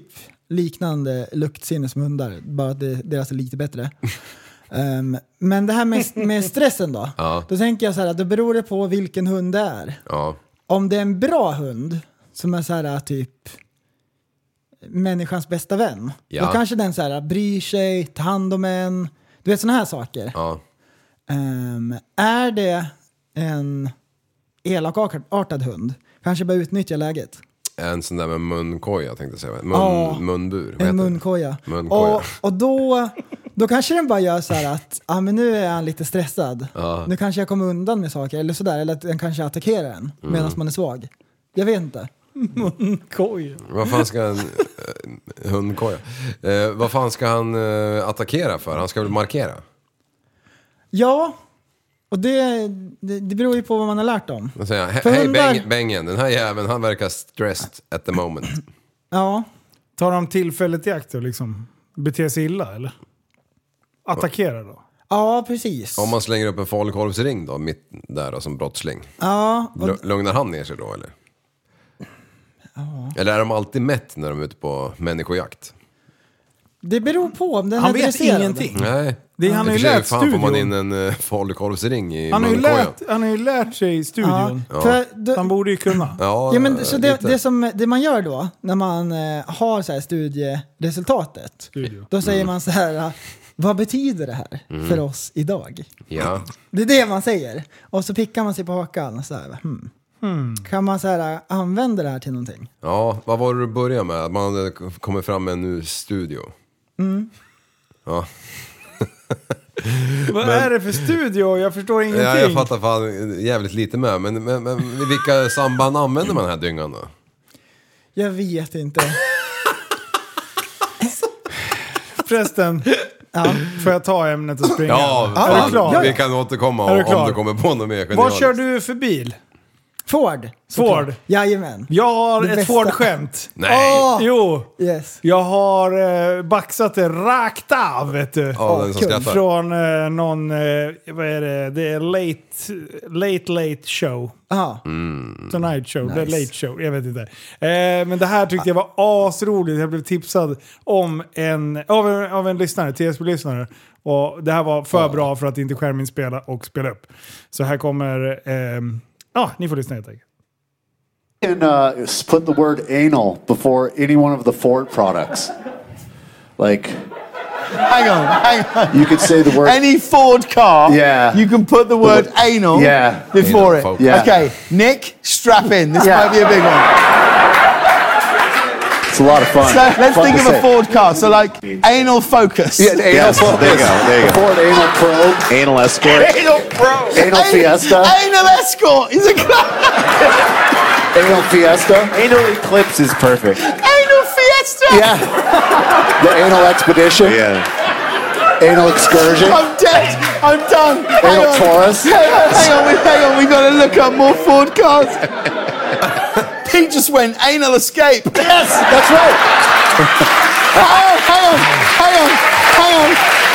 liknande luktsinne som hundar, bara att det, deras är lite bättre. um, men det här med, med stressen då, ja. då tänker jag så här att det beror det på vilken hund det är. Ja. Om det är en bra hund som är så här typ människans bästa vän, ja. då kanske den så här bryr sig, tar hand om en, du vet såna här saker. Ja. Um, är det en elakartad hund, kanske bara utnyttja läget. En sån där med munkoja tänkte jag säga. Mun, ja, munbur. En munkoja. munkoja. Och, och då, då kanske den bara gör så här att ah, men nu är han lite stressad. Ja. Nu kanske jag kommer undan med saker eller sådär. Eller att den kanske attackerar en mm. medan man är svag. Jag vet inte. Munkoja. Vad fan ska en äh, hundkoja? Eh, vad fan ska han äh, attackera för? Han ska väl markera? Ja. Och det, det, det beror ju på vad man har lärt om. Då säger jag, hej hundar... Beng, Bengen, den här jäveln, han verkar stressed at the moment. Ja. Tar de tillfället i akt och liksom beter sig illa, eller? Attackera då? Ja, precis. Om man slänger upp en falukorvsring då, mitt där då, som brottsling. Ja. Och... L- lugnar han ner sig då, eller? Ja. Eller är de alltid mätt när de är ute på människojakt? Det beror på om den han är vet dresserad. Ingenting. Nej. Det, han har ju lärt fan studion. Får man in en uh, falukorvsring i han har, ju munkojan. lärt, han har ju lärt sig i studion. Ja. För då, han borde ju kunna. Ja, ja, men, så det, lite. det, som, det man gör då, när man eh, har så här studieresultatet, Studio. då säger Mm. man så här, vad betyder det här Mm. för oss idag? Ja. Det är det man säger. Och så pickar man sig på hakan. Så här, hmm. Hmm. Kan man så här, använda det här till någonting? Ja, vad var det du började med? Man hade kommit fram med en ny studio. Mm. Ja. Vad Men- är det för studio? Jag förstår ingenting. Ja, jag fattar fan jävligt lite med. Men, men, men vilka samband använder man den här dyngan då? Jag vet inte. Förresten, ja, får jag ta ämnet och springa? Ja, är fan, du klar? vi kan återkomma Är du om, klar? om du kommer på något mer Vad genialiskt. kör du för bil? Ford. Ford. Jajamän. Jag har Det ett bästa. Ford-skämt. Nej. Åh! Jo. Yes. Jag har eh, baxat det rakt av, vet du. Ja, den som kul. skrattar. Från eh, någon, eh, vad är det? Det är late, late, late show. Aha. Tonight show, Nice. det är late show, jag vet inte. Eh, men det här tyckte jag var asroligt. Jag blev tipsad om en, av en, av en lyssnare, T S B-lyssnare. Och det här var för Ja. bra för att inte skärminspela och spela upp. Så här kommer, ja, ah, ni får lyssna helt enkelt. can uh, put the word anal before any one of the Ford products. Like, Hang on, hang on. you could say the word. Any Ford car, Yeah. you can put the word word- anal Yeah. before Anal it. focus. Yeah. Okay, Nick, strap in. This Yeah. might be a big one. It's a lot of fun. So let's Fun think to of a say. Ford car. So like anal focus. Yeah, anal Yes, focus. there you go, there you go. Ford Anal Pro. Anal escort. Anal pro. Anal Fiesta. Anal escort is a Anal Fiesta. Anal eclipse is perfect. anal fiesta. Yeah. The Anal Expedition. Yeah. Anal Excursion. I'm dead. I'm done. Hang Anal on. Taurus. Hang on, hang on, we, hang on. We got to look up more Ford cars. Pete just went anal escape. Yes, that's right. hang on, hang on, hang on, hang on.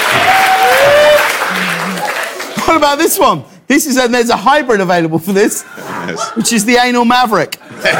What about this one? This is a, there's a hybrid available for this, Yes. which is the anal maverick.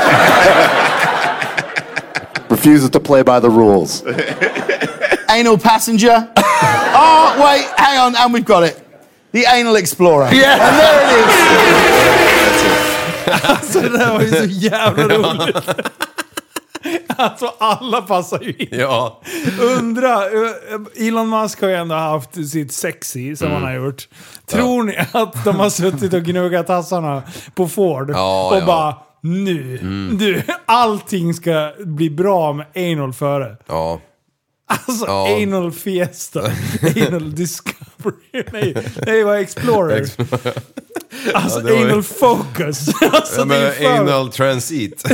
Refuses to play by the rules. Anal passenger. Oh, wait, hang on, and we've got it. The anal explorer. Yeah. And there it is. Alltså det där var ju så jävla roligt. Alltså alla passar ju in. Ja. Undra, eh, Elon Musk har ju ändå haft sitt sexy som Mm. han har gjort. Tror ni att de har suttit och gnuggat tassarna på Ford Ja, och ja. bara nu, du, allting ska bli bra med anal före. Ja. Alltså Ja. anal fiesta, anal discovery, nej, nej vad explorer. Alltså Ja, det var ju- anal focus. Alltså, Ja, det är men för... anal transit.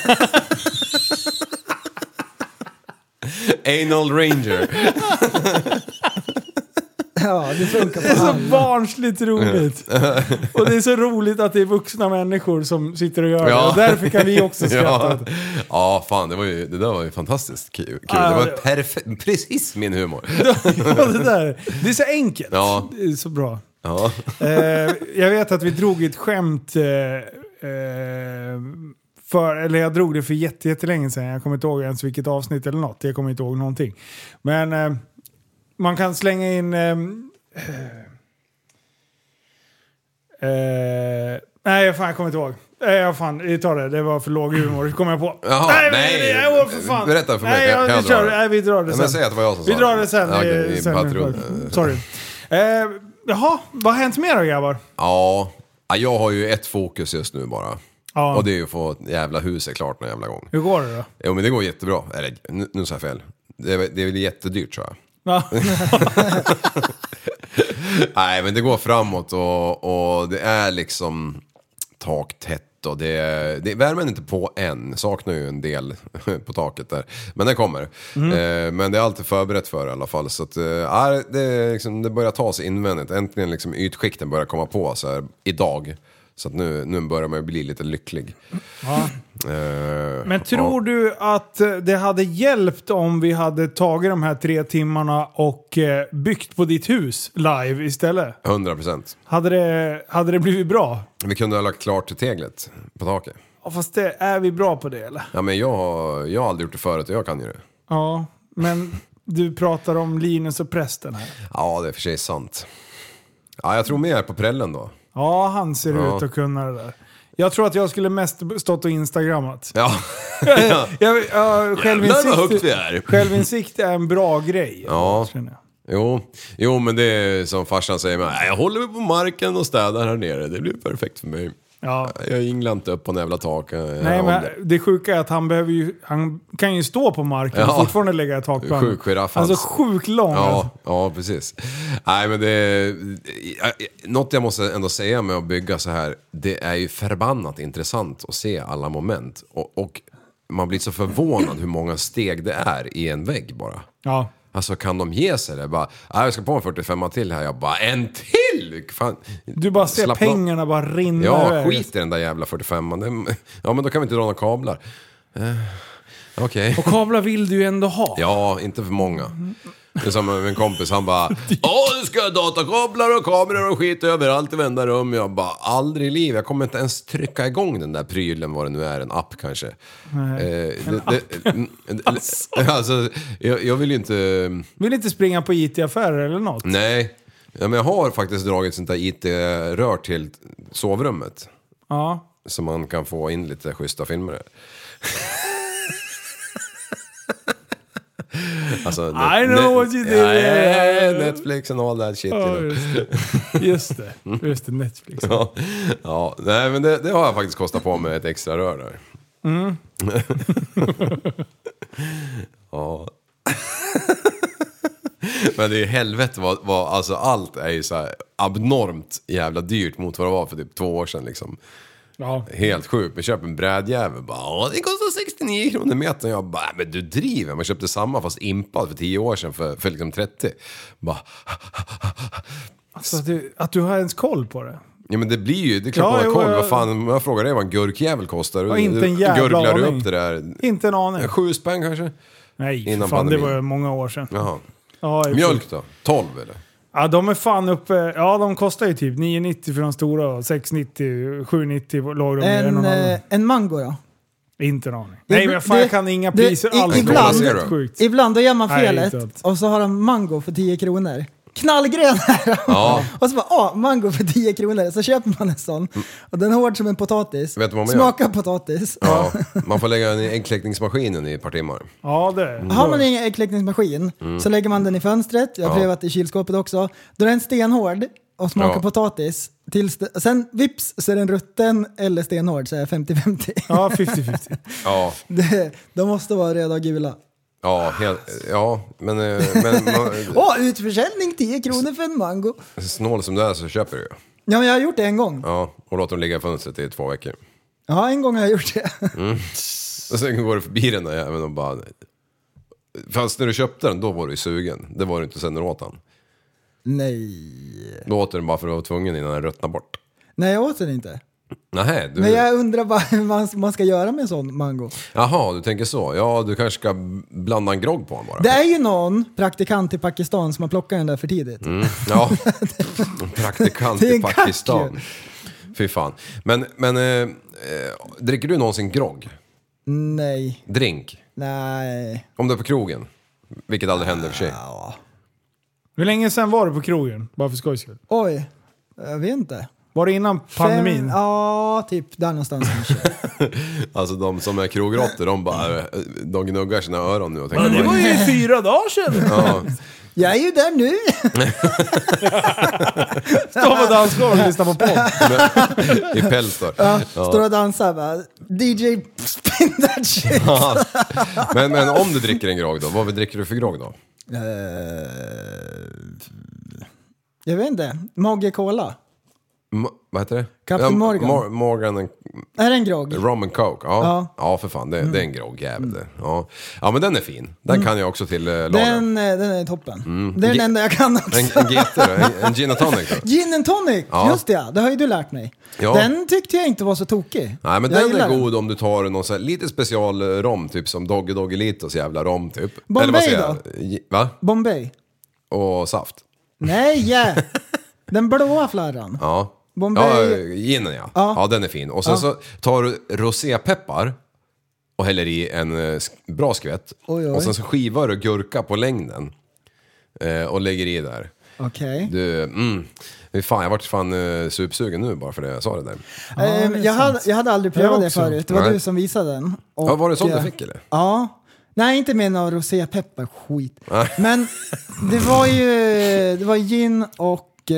Anal ranger. Ja, det funkar Det är på så alla. barnsligt roligt. Och det är så roligt att det är vuxna människor som sitter och gör det. Ja. Och därför kan vi också skratta. Ja, ja fan, det, var ju, det där var ju fantastiskt kul. kul. Ja, det var det- perfekt, precis min humor. Ja, det, där. Det är så enkelt. Ja. Det är så bra. Ja. Eh, jag vet att vi drog ett skämt eh, eh, för, eller jag drog det för jätte, jättelänge sedan. Jag kommer inte ihåg ens vilket avsnitt eller något. Jag kommer inte ihåg någonting. Men eh, man kan slänga in... Eh, eh, nej, fan, jag kommer inte ihåg. Nej, fan, vi tar det. Det var för låg humor. Det kommer jag på. Jaha, nej, nej. nej, nej, nej, för fan. Berätta för mig. Nej, jag, jag, jag vi, kör, det. nej, vi drar det sen. Men säg att det var jag som vi sa drar det sen. Ja, okay, sen patron. Sorry. Eh, jaha, vad har hänt mer då, grabbar? Ja, jag har ju ett fokus just nu bara. Ja. Och det är ju att få ett jävla huset klart någon jävla gång. Hur går det då? Jo, men det går jättebra. Eller, nu, nu sa jag fel. Det är, det är väl jättedyrt, tror jag. Ja. Nej, men det går framåt och, och det är liksom taktätt. Och det, det, värmen är inte på än. Saknar ju en del på taket där. Men det kommer. Mm. Eh, men det är alltid förberett för i alla fall. Så att, eh, det, liksom, det börjar ta sig invändigt. Äntligen liksom ytskikten börjar komma på så här, idag. Så att nu, nu börjar man bli lite lycklig. Ja. Eh, Men tror ja. du att det hade hjälpt om vi hade tagit de här tre timmarna och byggt på ditt hus live istället? hundra procent. Hade det, hade det blivit bra? Vi kunde ha lagt klart till teglet på taket. Ja, fast det, är vi bra på det eller? Ja, men jag, jag har aldrig gjort det förut och jag kan ju det. Ja, men du pratar om Linus och prästen här. Ja, det är för sig sant. Ja, jag tror mer på prällen då. Ja, han ser ja. ut att kunna det där. Jag tror att jag skulle mest stått och instagrammat. Ja. jag, jag, självinsikt, är. självinsikt är en bra grej. Ja. Jo. jo, men det är som farsan säger. Men, jag håller mig på marken och städar här nere. Det blir perfekt för mig. Ja. Jag inglar inte upp på en jävla tak. Nej, men det sjuka är att han behöver ju, han kan ju stå på marken ja. och fortfarande lägga ett takplan. Sjuk giraff. Alltså sjukt lång. Ja, ja, precis. Nej, men det är, något jag måste ändå säga med att bygga så här. Det är ju förbannat intressant att se alla moment. Och, och man blir så förvånad hur många steg det är i en vägg bara. Ja. Alltså kan de ge sig det? Bara, jag ska på en fyrtiofem till här. Jag bara, en till! Fan. Du bara ser Slappna. pengarna bara rinna Ja, iväg. skit i den där jävla fyrtiofem. Ja, men då kan vi inte dra några kablar. Eh, Okej. Okay. Och kablar vill du ju ändå ha. Ja, inte för många. Det är som en kompis, han bara, åh, du ska ha datakablar och kameror och skit överallt i vända rum. Jag bara, aldrig i liv. Jag kommer inte ens trycka igång den där prylen, vad det nu är, en app kanske. Nej, eh, en det, app. alltså, alltså jag, jag vill ju inte... Vill inte springa på I T-affärer eller något? Nej, ja, men jag har faktiskt dragit sånt där I T-rör till sovrummet. Ja. Så man kan få in lite schyssta filmer. Alltså, net, I know what you did. Yeah, Netflix and all that shit. Ja, just det. Just det. Just det, Netflix. Ja, ja, nej, men det, det har jag faktiskt kostat på med ett extra rör där. Mm. Ja. Men det är helvete vad, vad, alltså allt är ju så här abnormt jävla dyrt mot vad det var för typ två år sedan liksom. Ja. Helt sjukt. Man köper en brädjävel. Bara, det kostar sextionio kronor metern. Jag bara, men du driver. Man köpte samma fast impad för tio år sedan för, för liksom trettio. Bara... Alltså att du, att du har ens koll på det. Ja, men det blir ju, det är klart ja, man har koll. Jo, vad fan, jag frågar dig vad en gurkjävel kostar. Ja, inte en jävla gurglar aning. du upp det där? Inte en aning. Sju spänn kanske? Nej, innan fan, pandemin. det var många år sedan. Jaha. Ja, mjölk då? tolv eller? Ja, de är fan uppe. Ja, de kostar ju typ nio nittio för de stora och sex nittio, sju nittio låg de i en, en, eh, en mango då? Inte en aning. Nej, men fan, det, jag kan inga det, priser i, alls. Ibland, sjukt. ibland då gör man felet Nej, och så har de mango för tio kronor. Knallgrön här. Ja. Och så bara, ah, mango för tio kronor. Så köper man en sån. Och den är hård som en potatis. Vet du vad man Smakar gör? potatis. Ja, man får lägga den i äggkläckningsmaskinen i ett par timmar. Ja, det är. Har man ingen äggkläckningsmaskin Mm. så lägger man den i fönstret. Jag har Ja. prövat i kylskåpet också. Då är den stenhård och smakar Ja. potatis. Tills det, sen vips så är den rutten eller stenhård, så är femtio femtio. Ja, femtio femtio. Ja. Det, de måste vara röda och gula. Ja, helt, ja, men, eh, men man, Åh, utförsäljning tio kronor för en mango. snål som det är så köper du ju. Ja, men jag har gjort det en gång. Ja, och låter dem ligga i fönstret i två veckor. Ja, en gång har jag gjort det. Mm. Och sen går du förbi den där jäveln och bara... Fast när du köpte den, då var du ju sugen. Det var du inte sen när du åt den. Nej. Då åt du den bara för att du var tvungen innan den ruttnade bort. Nej, jag åt den inte. Nähä, du... Men jag undrar bara hur man, man ska göra med en sån mango. Jaha, du tänker så. Ja, du kanske ska blanda en grogg på den bara. Det är ju någon praktikant i Pakistan som har plockat den där för tidigt. Mm. Ja, en praktikant Det är i en katt Pakistan. Fy fan. Men, men eh, dricker du någonsin grogg? Nej. Drink? Nej. Om du är på krogen? Vilket aldrig händer för sig. Ja. Hur länge sedan var du på krogen? Bara för skojs skull. Oj, jag vet inte. Var det innan pandemin? Fem, ja, typ där någonstans. Alltså de som är krogråttor, de bara de gnuggar sina öron nu och tänker, men det var ju fyra dagar sedan. Ja. Jag är ju där nu. Står på dansgolvet och lyssnar på podd. I Pälstor. Ja, ja. Står och dansar bara. D J spin that shit. Ja. Men, men om du dricker en grogg då, vad dricker du för grogg då? Uh, jag vet inte. Mogge Cola. M- vad heter det? Captain ja, Morgan. Mor- Morgan and... Är det en grogg? Rum and Coke, ja. Ja, ja för fan, det, mm. det är en grogg jävel det. Ja. Ja, men den är fin. Den mm. kan jag också till uh, den, den är toppen. Mm. Det är den enda jag kan också. En, en G T då? En, en gin and tonic då? Gin and tonic, ja. Just det ja. Det har ju du lärt mig. Ja. Den tyckte jag inte var så tokig. Nej, men jag den är god den. Om du tar någon så här, lite special rom, typ som Doggy Doggy Litos jävla rom typ. Bombay Eller vad då? Va? Bombay. Och saft. Nej, yeah. Den blåa flarran. Ja. Bombay. Ja, ginen ja. ja. Ja, den är fin. Och sen ja. så tar du rosépeppar och häller i en uh, bra skvätt. Oj, oj. Och sen så skivar du gurka på längden uh, och lägger i där. Okej. Okay. Du, mm. Fan, jag vart fan uh, supsugen nu bara för det jag sa det där. Ja, um, jag, hade, jag hade aldrig prövat det förut. Det var Nej. du som visade den. Och, ja, var det sånt du fick eller? Ja. Nej, inte med någon rosépeppar, skit. Men det var ju det var gin och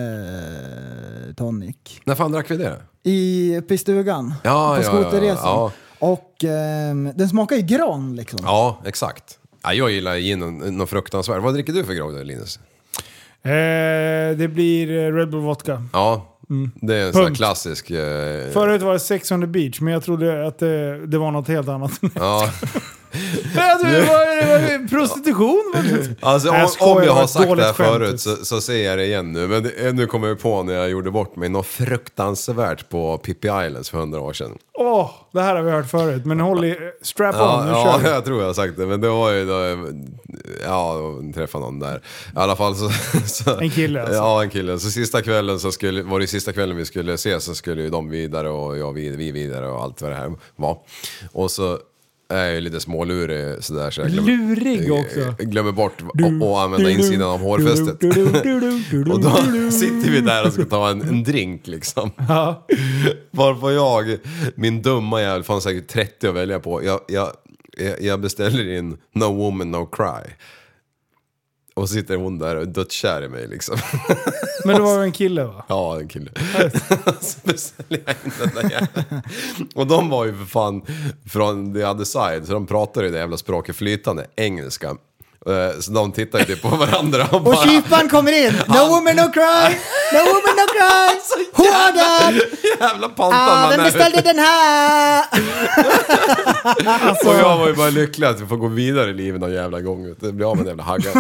eh, tonic. När fan drack vi det? I, uppe i stugan. Ja, på ja, skoterresan. Ja, ja. Och eh, den smakar ju gran liksom. Ja, exakt. Ja, jag gillar gin något fruktansvärt. Vad dricker du för grogg, Linus? Eh, det blir Red Bull vodka. Ja, mm. det är en sån här klassisk... Eh... Förut var det Sex on the Beach, men jag trodde att det, det var något helt annat. Ja. Jag trodde det var, det var prostitution. Alltså, om, om jag har sagt det här förut så, så säger jag det igen nu. Men det, nu kommer jag på när jag gjorde bort mig något fruktansvärt på Pippi Islands för hundra år sedan. Åh, oh, det här har vi hört förut. Men håll i, strap on, ja, nu ja, kör jag tror jag har sagt det. Men det var ju då, ja, jag träffade någon där. I alla fall så... så en kille alltså. Ja, en kille. Så sista kvällen så skulle, var det sista kvällen vi skulle se, så skulle ju de vidare och jag vi, vi vidare och allt vad det här var. Och så är jag ju lite smålurig sådär, så jag glömmer, lurig också. glömmer bort att använda insidan av hårfästet. Och då sitter vi där och ska ta en, en drink liksom. Ja. Varför jag, min dumma jävel, fanns säkert trettio att välja på. Jag, jag, jag beställer in No Woman No Cry. Och så sitter hon där och är dödskär i mig liksom. Men det var en kille va? Ja, en kille. Så beställde jag in den där jäveln. Och de var ju för fan från the other side. Så de pratade ju det jävla språket flytande, engelska. Så de tittar ju typ på varandra och bara... Och kypan kommer in. No han... woman no cry. No woman no cry. Who are that? Jävla pantan. Ah, vem beställde den här? Alltså. Och jag var ju bara lycklig att vi får gå vidare i livet någon jävla gång. Det blir av med en jävla hagga.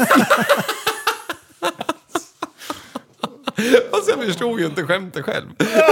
Alltså jag förstod ju inte skämtet själv.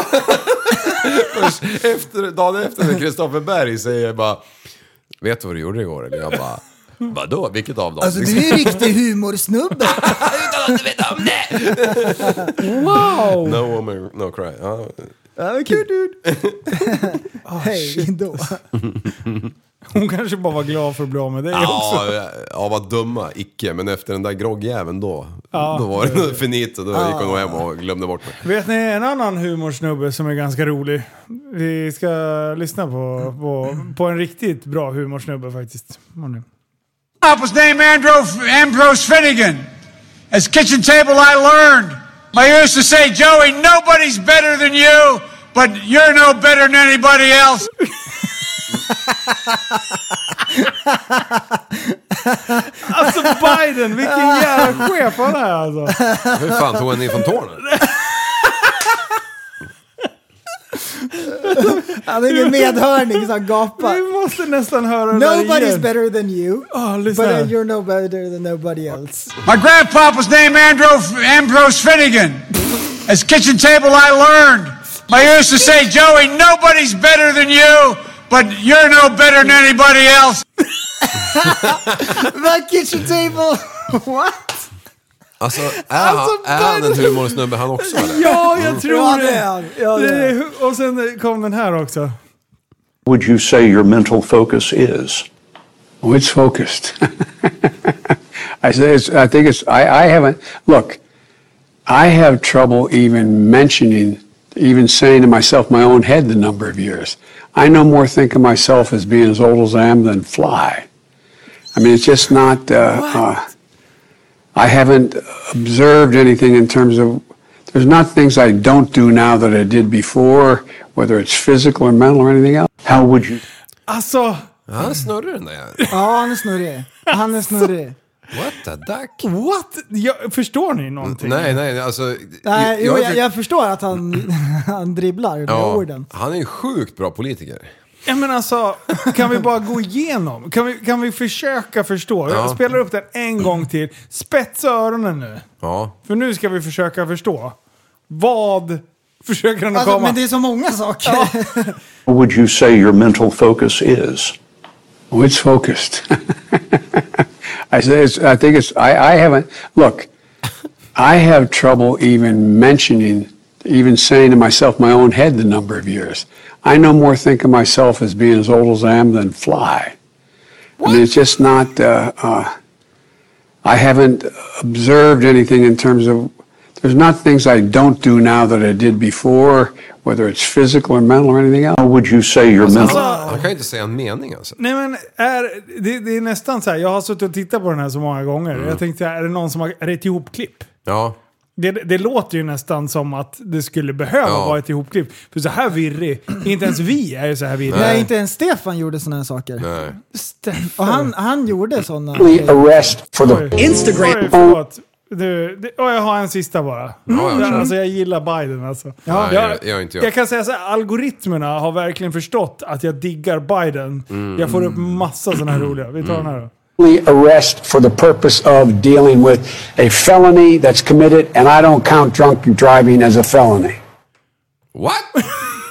efter, dagen efter när Kristoffer Berg säger bara... Vet du vad du gjorde igår? Eller jag bara... Vadå? Vilket av dem? Alltså du är en riktig humorsnubbe. Utan att du vet om det. Wow. No woman, no cry. Ja, ja kul dude. Oh, hej då. Hon kanske bara var glad för att bli av med dig ja, också. Ja, vad dumma, icke. Men efter den där groggjäveln då, ja. då var det finito. Då ja. gick hon nog hem och glömde bort mig. Vet ni en annan humorsnubbe som är ganska rolig? Vi ska lyssna på, på, på en riktigt bra humorsnubbe faktiskt. Papa's name Andro, Ambrose Finnegan. As kitchen table I learned. I used to say, Joey, nobody's better than you, but you're no better than anybody else. Alltså Biden, vilken jävla chef han är alltså. Hur fan tog han in från tårna? Han är ingen medhörning som gapar. Vi måste nästan höra det Nobody's better than you, oh, but you're no better than nobody else. My grandpapa's name Andro, Ambrose Finnegan. As kitchen table I learned. I used to say, Joey, nobody's better than you, but you're no better than anybody else. The kitchen table. What? Alltså, är, alltså, han, är han en humorsnubbe han också? Eller? Ja, jag tror ja, det. det är, ja, det är. Och sen kom den här också. Would you say your mental focus is? Oh, it's focused. I say it's, I think it's, I, I haven't, look, I have trouble even mentioning, even saying to myself, my own head, the number of years. I no more think of myself as being as old as I am than fly. I mean, it's just not, uh, uh, I haven't observed anything in terms of, there's not things I don't do now that I did before, whether it's physical or mental or anything else. How would you... Alltså... Ja, han snurrar den där. Ja, han är snurrig. Han är snurrig. What the duck? What? Jag, förstår ni någonting? Nej, nej, alltså... Nej, jag, jo, jag, jag förstår att han, han dribblar med ja, orden. Han är en sjukt bra politiker. Ja, men alltså, kan vi bara gå igenom? Kan vi, kan vi försöka förstå? Ja. Jag spelar upp den en gång till. Spetsa öronen nu. Ja. För nu ska vi försöka förstå. Vad försöker han att Alltså, komma? men det är så många saker. Ja. What would you say your mental focus is? Oh, it's focused. I say it's, I think it's, I, I haven't, look, I have trouble even mentioning, even saying to myself, my own head, the number of years. I no more think of myself as being as old as I am than fly. What? I mean, it's just not, uh, uh, I haven't observed anything in terms of, there's not things I don't do now that I did before, whether it's physical or mental or anything else. How would you say your alltså, mental... Alltså, han kan ju inte säga en mening alltså. Nej, men är, det, det är nästan så här. Jag har suttit och tittat på den här så många gånger. Jag tänkte, är det någon som har, är det ett ihopklipp? Ja. Det, det låter ju nästan som att det skulle behöva ja. vara ett ihopklipp. För så här virrig, inte ens vi är ju så här virrig. Nej, inte ens Stefan gjorde såna här saker. Nej. Stefan. Och han, han gjorde såna. Arrest for the Oj. Instagram. Oj, förlåt. Du, det, och jag har en sista bara. Ja, jag jag, alltså jag gillar Biden alltså. Ja, jag, jag, jag, inte jag. jag kan säga så här, algoritmerna har verkligen förstått att jag diggar Biden. Mm. Jag får upp massa sådana här roliga. Vi tar mm. den här då. Arrest for the purpose of dealing with a felony that's committed, and I don't count drunk driving as a felony. What?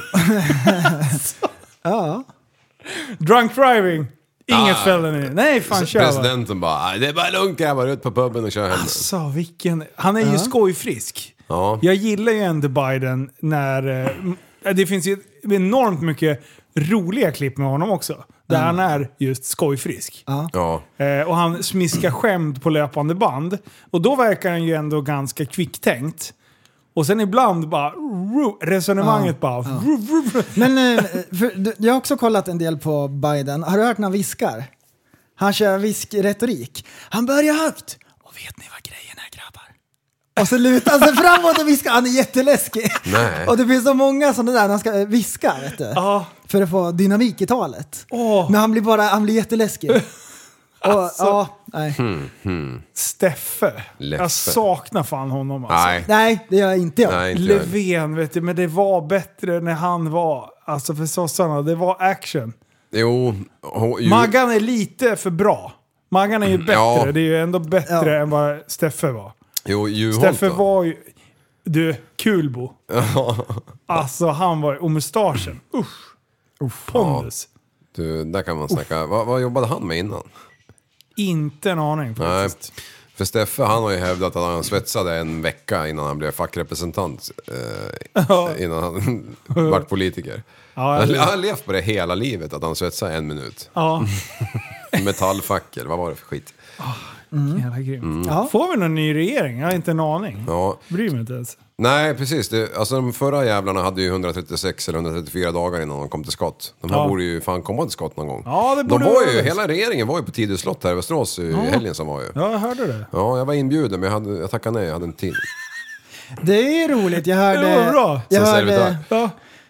Ja. Drunk driving. Inget ah, felony. Nej, fan kör. Presidenten bara, det är bara lugnt grabbar, ut på puben och kör hem. Alltså, vilken... Han är ju ja. skojfrisk. Ja. Jag gillar ju ändå Biden när... Eh, det finns ju enormt mycket roliga klipp med honom också. Där mm. han är just skojfrisk. Ja. Ja. Eh, och han smiskar skämt på löpande band. Och då verkar han ju ändå ganska kvicktänkt. Och sen ibland bara resonemanget ja, bara ja. Men för, jag har också kollat en del på Biden. Har du hört när han viskar? Han kör viskretorik. Han börjar högt. Och vet ni vad grejen är, grabbar? Och så lutar han sig framåt och viskar. Han är jätteläskig. Nej. Och det finns så många sådana där när han ska viska, vet du. Ja. För att få dynamik i talet. Oh. Men han blir bara, han blir jätteläskig. Alltså. Och, ja, nej. Hmm, hmm. Steffe. Leffe. Jag saknar fan honom alltså. Nej. Nej, det gör inte jag. Nej, inte Löfven, vet du, men det var bättre när han var, alltså för sossarna, det var action. Jo, ho, ju. Maggan är lite för bra. Maggan är ju bättre, ja. det är ju ändå bättre ja. än vad Steffe var. Jo, Juholt Steffe då? var ju, du, Kulbo. Alltså han var, och mustaschen, usch. Usch. Pondus. Ja. Du, där kan man snacka. Vad, vad jobbade han med innan? Inte en aning faktiskt. Nej. För Steffe, han har ju hävdat att han svetsade en vecka innan han blev fackrepresentant. Eh, Ja. innan han vart politiker. Ja, han, jag- han har levt på det hela livet, att han svetsade en minut. Ja, Metallfackel, vad var det för skit? jävla grymt. Mm. Ja. Får vi någon ny regering? Jag har inte en aning. Ja. Bryr mig inte ens. Nej, precis. Det, alltså de förra jävlarna hade ju hundratrettiosex eller hundratrettiofyra dagar innan de kom till skott. De här Ja. borde ju fan komma till skott någon gång. Ja, det de borde var vara ju, det. hela regeringen var ju på Tidö slott här i Västerås i helgen som var ju. Ja, jag hörde det. Ja, jag var inbjuden men jag, hade, jag tackade nej, jag hade en tid. Det är roligt, jag hörde... Det var bra. Jag Som hörde servitör. Ja.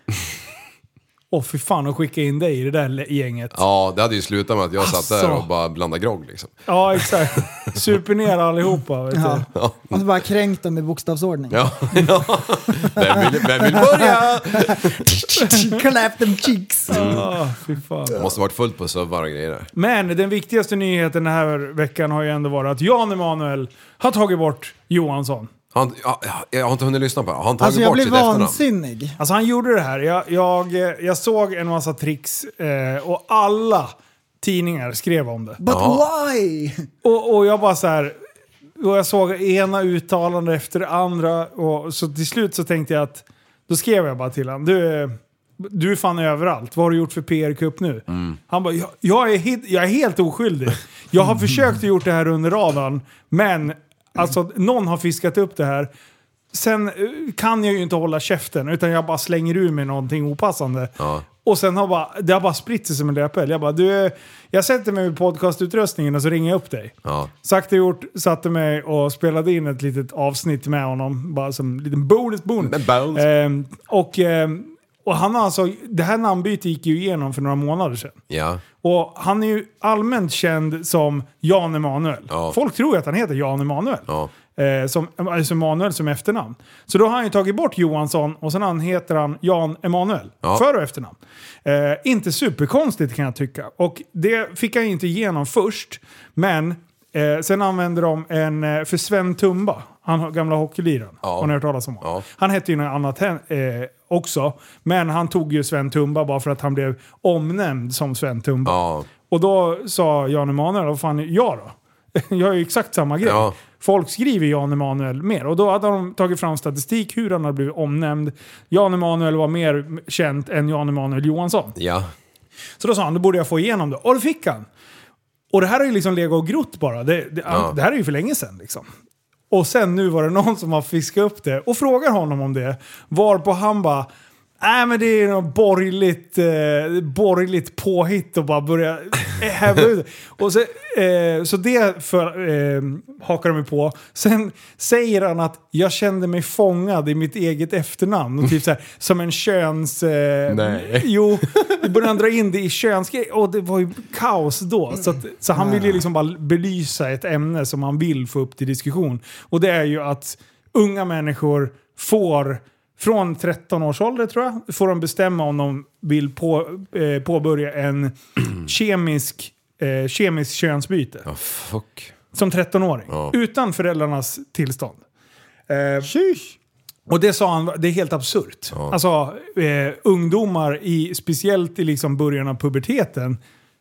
Åh fy fan, att skicka in dig i det där gänget. Ja, det hade ju slutat med att jag satt där Alltså. och bara blandade grogg liksom. Ja, exakt. Super ner allihopa, vet Ja. du. Ja. Och så bara kränkt dem i bokstavsordning. Ja, ja. Vem, vill, vem vill börja? Clap them cheeks. Ah, fy fan. Det måste varit fullt på subbar och grejer där. Men den viktigaste nyheten den här veckan har ju ändå varit att Jan Emanuel har tagit bort Johansson. Han, ja, jag har inte hunnit lyssna på det. Har han tagit Alltså jag bort blev sitt efternamn? vansinnig. Alltså han gjorde det här. Jag, jag, jag såg en massa tricks eh, och alla tidningar skrev om det. But Ja. why? Och, och jag bara så här, och jag såg ena uttalande efter det andra. Och så till slut så tänkte jag att, då skrev jag bara till honom. Du, du är fan överallt. Vad har du gjort för P R-kupp nu? Mm. Han bara, jag, jag, är hit, jag är helt oskyldig. Jag har försökt att gjort det här under radarn. Men alltså, någon har fiskat upp det här. Sen kan jag ju inte hålla käften, utan jag bara slänger ur mig någonting opassande. Ja. Och sen har bara, det har bara spritt sig som en löpeld. Jag bara, du, jag sätter mig med podcastutrustningen och så ringer jag upp dig. Ja. Sagt och gjort, satte mig och spelade in ett litet avsnitt med honom. Bara som en liten bonus, bonus. Ehm, och, ehm, och han har alltså, det här namnbytet gick ju igenom för några månader sedan. Ja. Och han är ju allmänt känd som Jan Emanuel. Ja. Folk tror att han heter Jan Emanuel. Ja. Eh, som, alltså Emanuel som efternamn. Så då har han ju tagit bort Johansson och sen han heter han Jan Emanuel. Ja. För- och efternamn. Eh, inte superkonstigt kan jag tycka. Och det fick han ju inte igenom först. Men eh, sen använder de en eh, för Sven Tumba. Han gamla hockeyliraren. Ja. Har ni hört talas om honom? Ja. Han hette ju något annat eh, också. Men han tog ju Sven Tumba bara för att han blev omnämnd som Sven Tumba. Ja. Och då sa Jan Emanuel, vad fan, jag då? Jag har ju exakt samma grej. Ja. Folk skriver Jan Emanuel mer. Och då hade de tagit fram statistik hur han hade blivit omnämnd. Jan Emanuel var mer känd än Jan Emanuel Johansson. Ja. Så då sa han, då borde jag få igenom det. Och det fick han. Och det här är ju liksom legat och grott bara. Det, det, ja. det här är ju för länge sedan liksom. Och sen nu var det någon som har fiskat upp det och frågar honom om det. Varpå han bara, nej men det är något borgerligt, eh, borgerligt påhitt och bara börja hävda ut. Och så, eh, så det för, eh, hakar de på. Sen säger han att jag kände mig fångad i mitt eget efternamn. Och typ så här, som en köns... Eh, Nej. Jo, vi började dra in det i könsgrej. Och det var ju kaos då. Så, att, så han vill ju liksom bara belysa ett ämne som han vill få upp till diskussion. Och det är ju att unga människor får... Från tretton års ålder tror jag får de bestämma om de vill på, eh, påbörja en kemisk, eh, kemisk könsbyte. Oh, fuck. Som tretton-åring. Oh. Utan föräldrarnas tillstånd. Eh, och det sa han, det är helt absurt. Oh. Alltså eh, ungdomar, i, speciellt i liksom början av puberteten,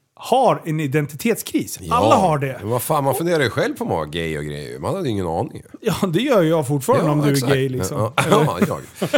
har en identitetskris. Ja, alla har det. Men vad fan, man funderar ju själv på att vara gay och grejer. Man hade ingen aning. Ja, det gör jag fortfarande ja, om du exakt. är gay liksom. Ja, ja jag.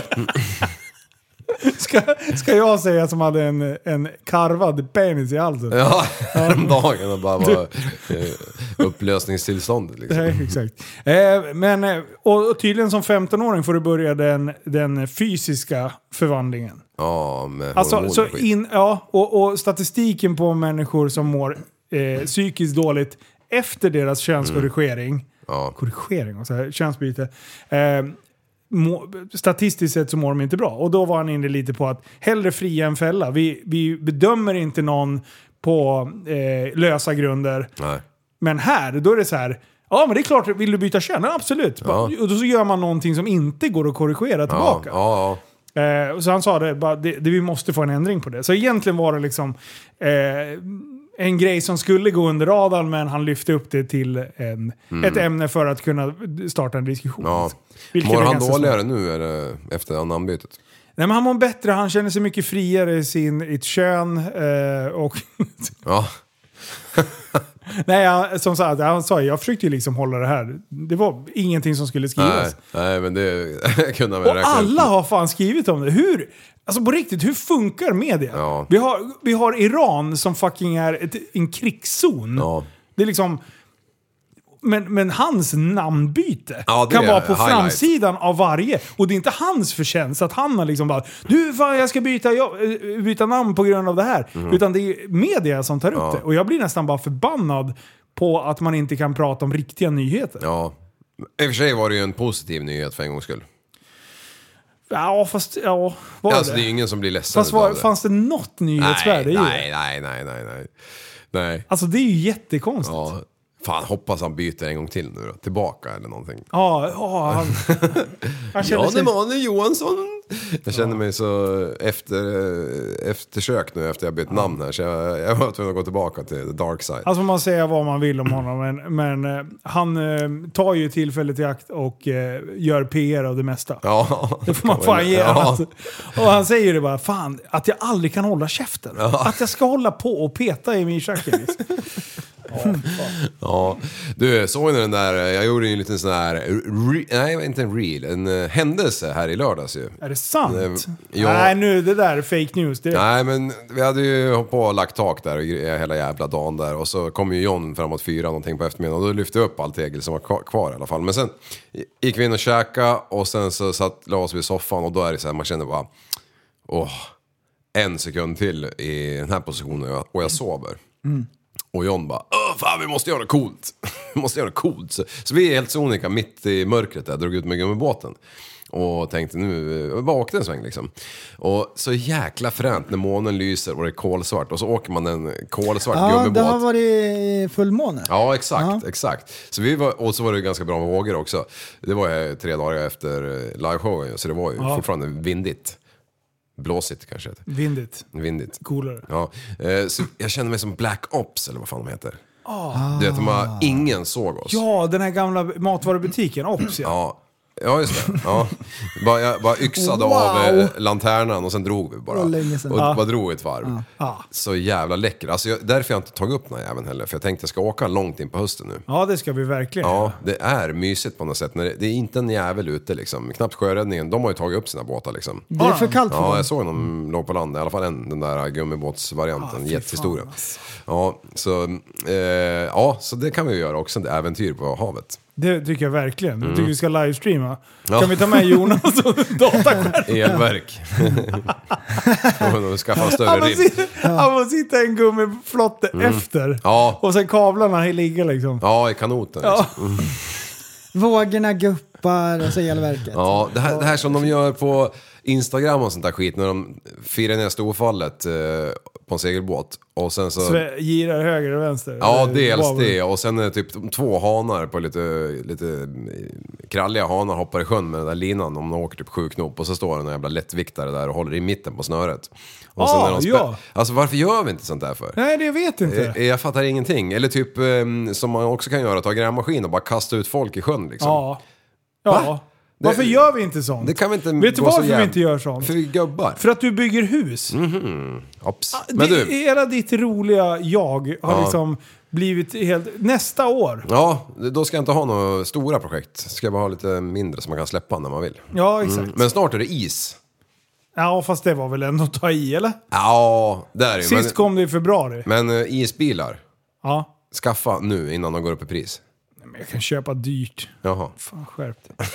ska, ska jag säga som hade en, en karvad penis i halsen? Ja, en dagen och bara var eh, upplösningstillståndet liksom. Nej, exakt. Eh, men, och, och tydligen som femton-åring får du börja den, den fysiska förvandlingen. Ja, med alltså, så in, ja, och, och statistiken på människor som mår eh, psykiskt dåligt efter deras könskorrigering, mm. ja. korrigering, och så här, könsbyte, eh, må, statistiskt sett så mår de inte bra. Och då var han inne lite på att hellre fria än fälla. Vi, vi bedömer inte någon på eh, lösa grunder. Nej. Men här, då är det så här, ja men det är klart, vill du byta kön? Absolut. Ja. Och då så gör man någonting som inte går att korrigera tillbaka. Ja, ja. Eh, så han sa det, bara, det, det, vi måste få en ändring på det. Så egentligen var det liksom eh, en grej som skulle gå under radarn, men han lyfte upp det till en, mm. ett ämne för att kunna starta en diskussion. Ja. Mår han dåligare smart. Nu eller efter namnbytet? Nej, men han mår bättre, han känner sig mycket friare i sin i ett kön eh, och... ja. Nej, jag, som sagt, han sa, jag försökte ju liksom hålla det här. Det var ingenting som skulle skrivas. Nej, nej men det kunde man och räkna alla ut. Har fan skrivit om det. Hur? Alltså på riktigt, hur funkar media? Ja. Vi, har, vi har Iran som fucking är ett, en krigszon. Ja. Det är liksom... Men, men hans namnbyte ja, kan vara på highlight. Framsidan av varje. Och det är inte hans förtjänst att han har liksom bara, du fan jag ska byta, jag, byta namn på grund av det här. Mm. Utan det är media som tar upp ja. det. Och jag blir nästan bara förbannad på att man inte kan prata om riktiga nyheter. Ja, i och för sig var det ju en positiv nyhet för en gångs skull. Ja, fast ja, var alltså, det? det är ju ingen som blir ledsen. Fast var, det. Fanns det något nyhetsvärde i det? Nej, nej, nej, nej, nej. Nej. Alltså det är ju jättekonstigt. Ja. Fan, hoppas han byter en gång till nu då. Tillbaka eller någonting. Ja, ja han... han ja, det var Emanuel Johansson. Jag känner ja. mig så efter, eftersök nu efter jag bytt ja. namn här. Så jag, jag var tvungen att gå tillbaka till the dark side. Alltså man säger vad man vill om honom. Men, men eh, han eh, tar ju tillfället i akt och eh, gör P R av det mesta. Ja. Det får man fan ge. Ja. Och han säger det bara, fan, att jag aldrig kan hålla käften. Ja. Att jag ska hålla på och peta i min käken. Liksom. Ja, Ja, du, såg ni den där, jag gjorde ju en liten sån här, re, nej inte en reel, en uh, händelse här i lördags ju. Är det sant? Uh, ja. Nej, nu det där är fake news. Det... Nej, men vi hade ju hållit på och lagt tak där och hela jävla dagen där. Och så kom ju John framåt fyra någonting på eftermiddagen. Och då lyfte jag upp allt tegel som var kvar i alla fall. Men sen gick vi in och käka och sen så satt, la oss vid soffan. Och då är det så här, man känner bara, åh, en sekund till i den här positionen och jag sover. Mm. Och John bara, åh fan vi måste göra något coolt. Vi måste göra något coolt. Så, så vi är helt sonika mitt i mörkret där, drog ut med gummibåten. Och tänkte nu, jag bara åkte en sväng liksom. Och så jäkla fränt när månen lyser och det är kolsvart. Och så åker man en kolsvart ja, gummibåt. Ja, det har varit fullmåne. Ja, exakt, ja. exakt. Så vi var, och så var det ganska bra med vågor också. Det var ju tre dagar efter liveshowen, så det var ju ja. fortfarande vindigt. Blåsigt kanske. Vindigt. Vindigt. Coolare. Ja, så jag kände mig som Black Ops, eller vad fan de heter. Oh. Du vet, man, ingen såg oss. Ja, den här gamla matvarubutiken, Ops, ja. Ja. Ja, just det. Ja. Bara, jag bara yxade wow. av eh, lanternan och sen drog vi bara. Och ja. bara drog ett varv. Ja. Så jävla läcker. Alltså, jag, därför har jag inte tagit upp den här jäveln heller. För jag tänkte att jag ska åka långt in på hösten nu. Ja, det ska vi verkligen. Ja, det är mysigt på något sätt. När det, det är inte en jävel ute liksom. Knappt Sjöräddningen, de har ju tagit upp sina båtar liksom. Det är för kallt för Ja, dem. jag såg dem låg på land. I alla fall en, den där gummibåtsvarianten. Ja, jättehistoria. Ja, så, eh, ja, så det kan vi göra också. Ett äventyr på havet. Det tycker jag verkligen. Jag tycker Mm. vi ska livestreama. Ja. Kan vi ta med Jonas och dataskärmen? Elverk. Skaffa en större Han ribb. får sitta i en gummiflotte Mm. efter. Ja. Och sen kablarna ligger liksom. Ja, i kanoten. Ja. Liksom. Mm. Vågorna guppar och så elverket. Ja, det här, det här som de gör på Instagram och sånt där skit. När de firar ner storfallet eh, på en segelbåt. Och sen så... så girar höger och vänster. Ja, Eller dels vad var det. Och sen är det typ två hanar på lite, lite kralliga hanar hoppar i sjön med den där linan. Om de åker typ sju knop. Och så står det en jävla lättviktare där och håller i mitten på snöret. Och sen Ah, är de spä- ja. Alltså varför gör vi inte sånt där för? Nej, det vet inte. Jag, jag fattar ingenting. Eller typ eh, som man också kan göra, ta grävmaskin och bara kasta ut folk i sjön liksom. Ja. Ja. Varför Det- gör vi inte sånt? Det kan vi inte. Vet du gå så varför jäv- vi inte gör sånt? För vi gubbar. För att du bygger hus. Mhm. Ops. Det, Men du. Hela ditt roliga jag har Ja. liksom blivit helt... Nästa år. Ja, då ska jag inte ha några stora projekt. Ska jag bara ha lite mindre som man kan släppa när man vill. Ja, exakt. Men snart är det is. Ja, fast det var väl ändå att ta i, eller? Ja, där är det. Sist Men, kom det i februari. men uh, isbilar. Ja. Skaffa nu innan de går upp i pris. Men jag kan köpa dyrt. Jaha. Fan, skärp dig.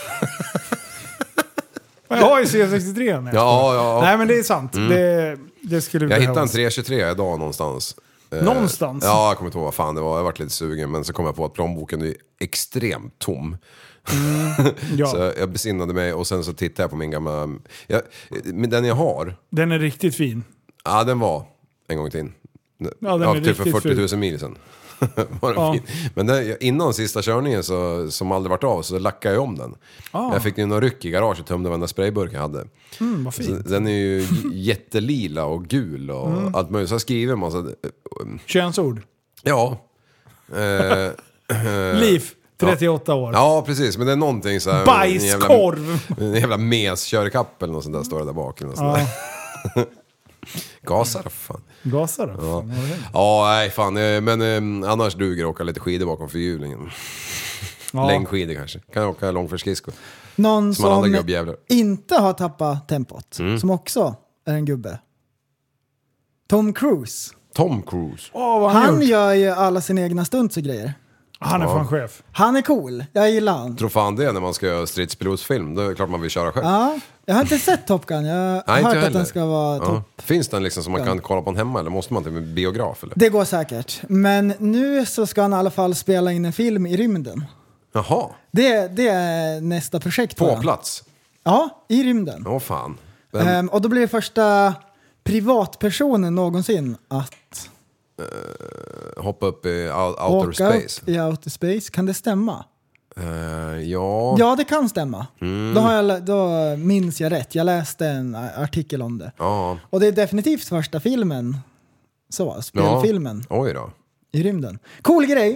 Jag har ju C sextiotre. Nej, Ja, ja. Nej, men det är sant. Mm. Det, det skulle Jag behövas. hittade en tre tjugotre idag någonstans. Eh, Någonstans? Ja, jag kommer inte ihåg vad fan det var. Jag varit lite sugen, men så kom jag på att plånboken är extremt tom. Mm, ja. Så jag besinnade mig och sen så tittade jag på min gamla... Jag, men den jag har, Den är riktigt fin. ja den var en gång till. Ja, den är typ för riktigt fyrtio tusen mil sedan. Var den Ja. fin. Men den, innan sista körningen så, som aldrig varit av så lackade jag om den. Ah. Jag fick ju några ryck i garaget och tömde varenda sprayburk jag hade. Mm, vad Så fint. den är ju jättelila och gul och Mm. allt möjligt. Så jag skriver en massa... Könsord. Ja. Eh, eh, Liv, trettioåtta ja. år. Ja, precis. Men det är någonting så här... Bajskorv! En jävla, en jävla mes-körkapp eller något sånt där står det där bak. Eller något sånt där. Gasa då, fan. Gasa då? Ja, Fan, vad har hänt? ja nej fan. eh, Men eh, annars duger det att åka lite skidor bakom fyrhjulingen. Ja. Längdskidor kanske. Kan jag åka långfärdsskridskor. Någon Som alla andra som gubbjävlar. inte har tappat tempot, Mm. som också är en gubbe. Tom Cruise. Tom Cruise. Åh, vad har han, Han gjort? gör ju alla sina egna stunts och grejer. Han är Ja. fan chef. Han är cool, jag gillar han. Tror fan det när man ska göra stridspilotsfilm. Då är det klart man vill köra själv. Ja, jag har inte sett Top Gun, jag har Nej, inte hört heller. att den ska vara Ja. topp. Finns den liksom som man kan kolla på den hemma eller måste man till en biograf eller? Det går säkert. Men nu så ska han i alla fall spela in en film i rymden. Jaha, Det, det är nästa projekt. på för han. plats? Ja, i rymden. Åh fan. Men, Ehm, och då blir det första privatpersonen någonsin att hoppa upp i out- outer åka space. upp i outer space. Kan det stämma? Eh, ja. Ja, det kan stämma. Mm. Då, har jag, då minns jag rätt. Jag läste en artikel om det. Ja. Och det är definitivt första filmen. Så, spelfilmen Ja. Oj då. i rymden. Cool grej.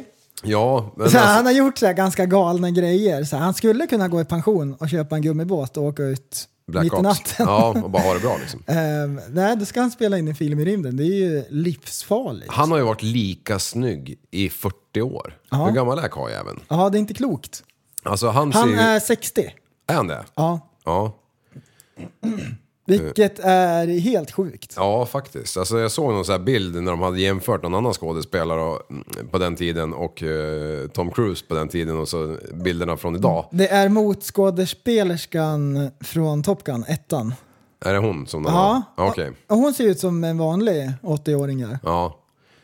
Ja, men så alltså, han har gjort så här ganska galna grejer. Så här, han skulle kunna gå i pension och köpa en gummibåt och åka ut Black mitt i Ops. natten. Ja, och bara ha det bra liksom. um, nej, då ska han spela in en film i rymden. Det är ju livsfarligt. Han har ju varit lika snygg i fyrtio år. Ja. Hur gammal är karljäveln? Ja, det är inte klokt. Alltså, han Han ser ju... är sextio. Är han det? Ja. Ja. Vilket är helt sjukt. Ja, faktiskt. Alltså, jag såg någon sån här bild när de hade jämfört någon annan skådespelare och, på den tiden och uh, Tom Cruise på den tiden och så bilderna från idag. Det är mot skådespelerskan från Top Gun, ettan. Är det hon som den Ja. var? Okej. Okay. Och hon ser ut som en vanlig åttio-åring gör. Ja.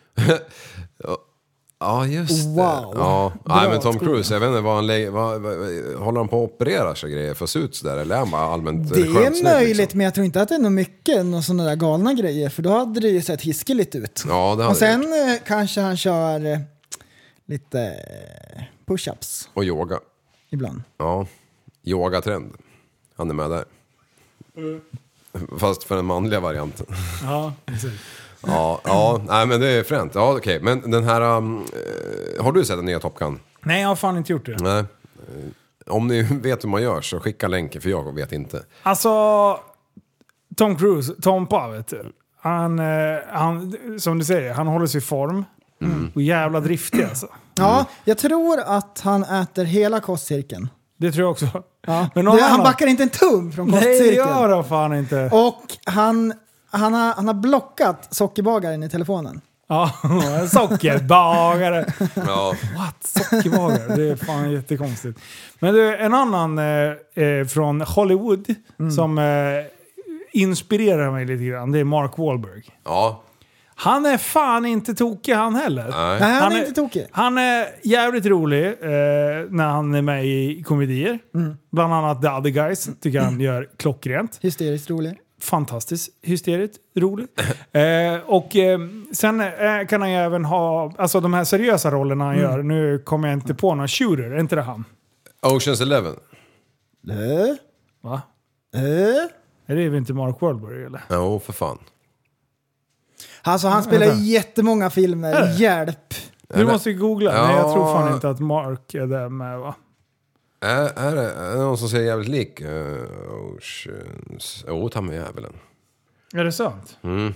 Ja, just det. Wow. Ja. Bra, Nej, men Tom skolan. Cruise, jag vet inte vad han lägger, vad, vad, håller han på att operera sig grejer för att se ut så där, eller är han bara allmänt Det skönt är snygg, möjligt, liksom? men jag tror inte att det är något mycket någon sådana där galna grejer, för då hade det ju sett hiskeligt ut. Ja, det hade och sen det eh, kanske han kör eh, lite eh, push-ups och yoga. ibland. Ja, yogatrend. Han är med där. Mm. Fast för den manliga varianten. Ja, precis. Ja, ja, nej men det är fränt. Ja, okej. Okay. Men den här, um, har du sett den nya Top Gun? Nej, jag har fan inte gjort det. Nej. Om ni vet hur man gör så skicka länken, för jag vet inte. Alltså, Tom Cruise, Tompa vet du. Han, eh, han, som du säger, han håller sig i form. Mm. Och jävla driftig alltså. Ja, jag tror att han äter hela kostcirkeln. Det tror jag också. Ja. Men det, någon han annan... backar inte en tum från Nej, det kostcirkeln. gör han fan inte. Och han, han, har, han har blockat sockerbagaren i telefonen. Ja, en sockerbagare. Ja. What? Sockerbagare? Det är fan jättekonstigt. Men du, en annan eh, eh, från Hollywood mm. som eh, inspirerar mig lite grann, det är Mark Wahlberg. Ja. Han är fan inte tokig han heller. Nej, Nej han, Han är är- inte tokig. Han är jävligt rolig eh, när han är med i komedier. Mm. Bland annat The Other Guys tycker han gör klockrent. Hysteriskt rolig. Fantastiskt hysteriskt roligt. Eh, och eh, sen eh, kan han ju även ha, alltså de här seriösa rollerna han Mm. gör. Nu kommer jag inte på någon shooter, är inte det han? Oceans Eleven. Äh? Va? Äh? Är det inte Mark Wahlberg eller? Jo, för fan. Alltså han spelar Vänta. i jättemånga filmer. Är det? Hjälp. Du måste ju googla. Ja. Nej, jag tror fan inte att Mark är där med, va? Är, är, det, är det någon som ser jävligt lik uh, Oceans? Jo, oh, ta med jävelen. Är det sant? Mm.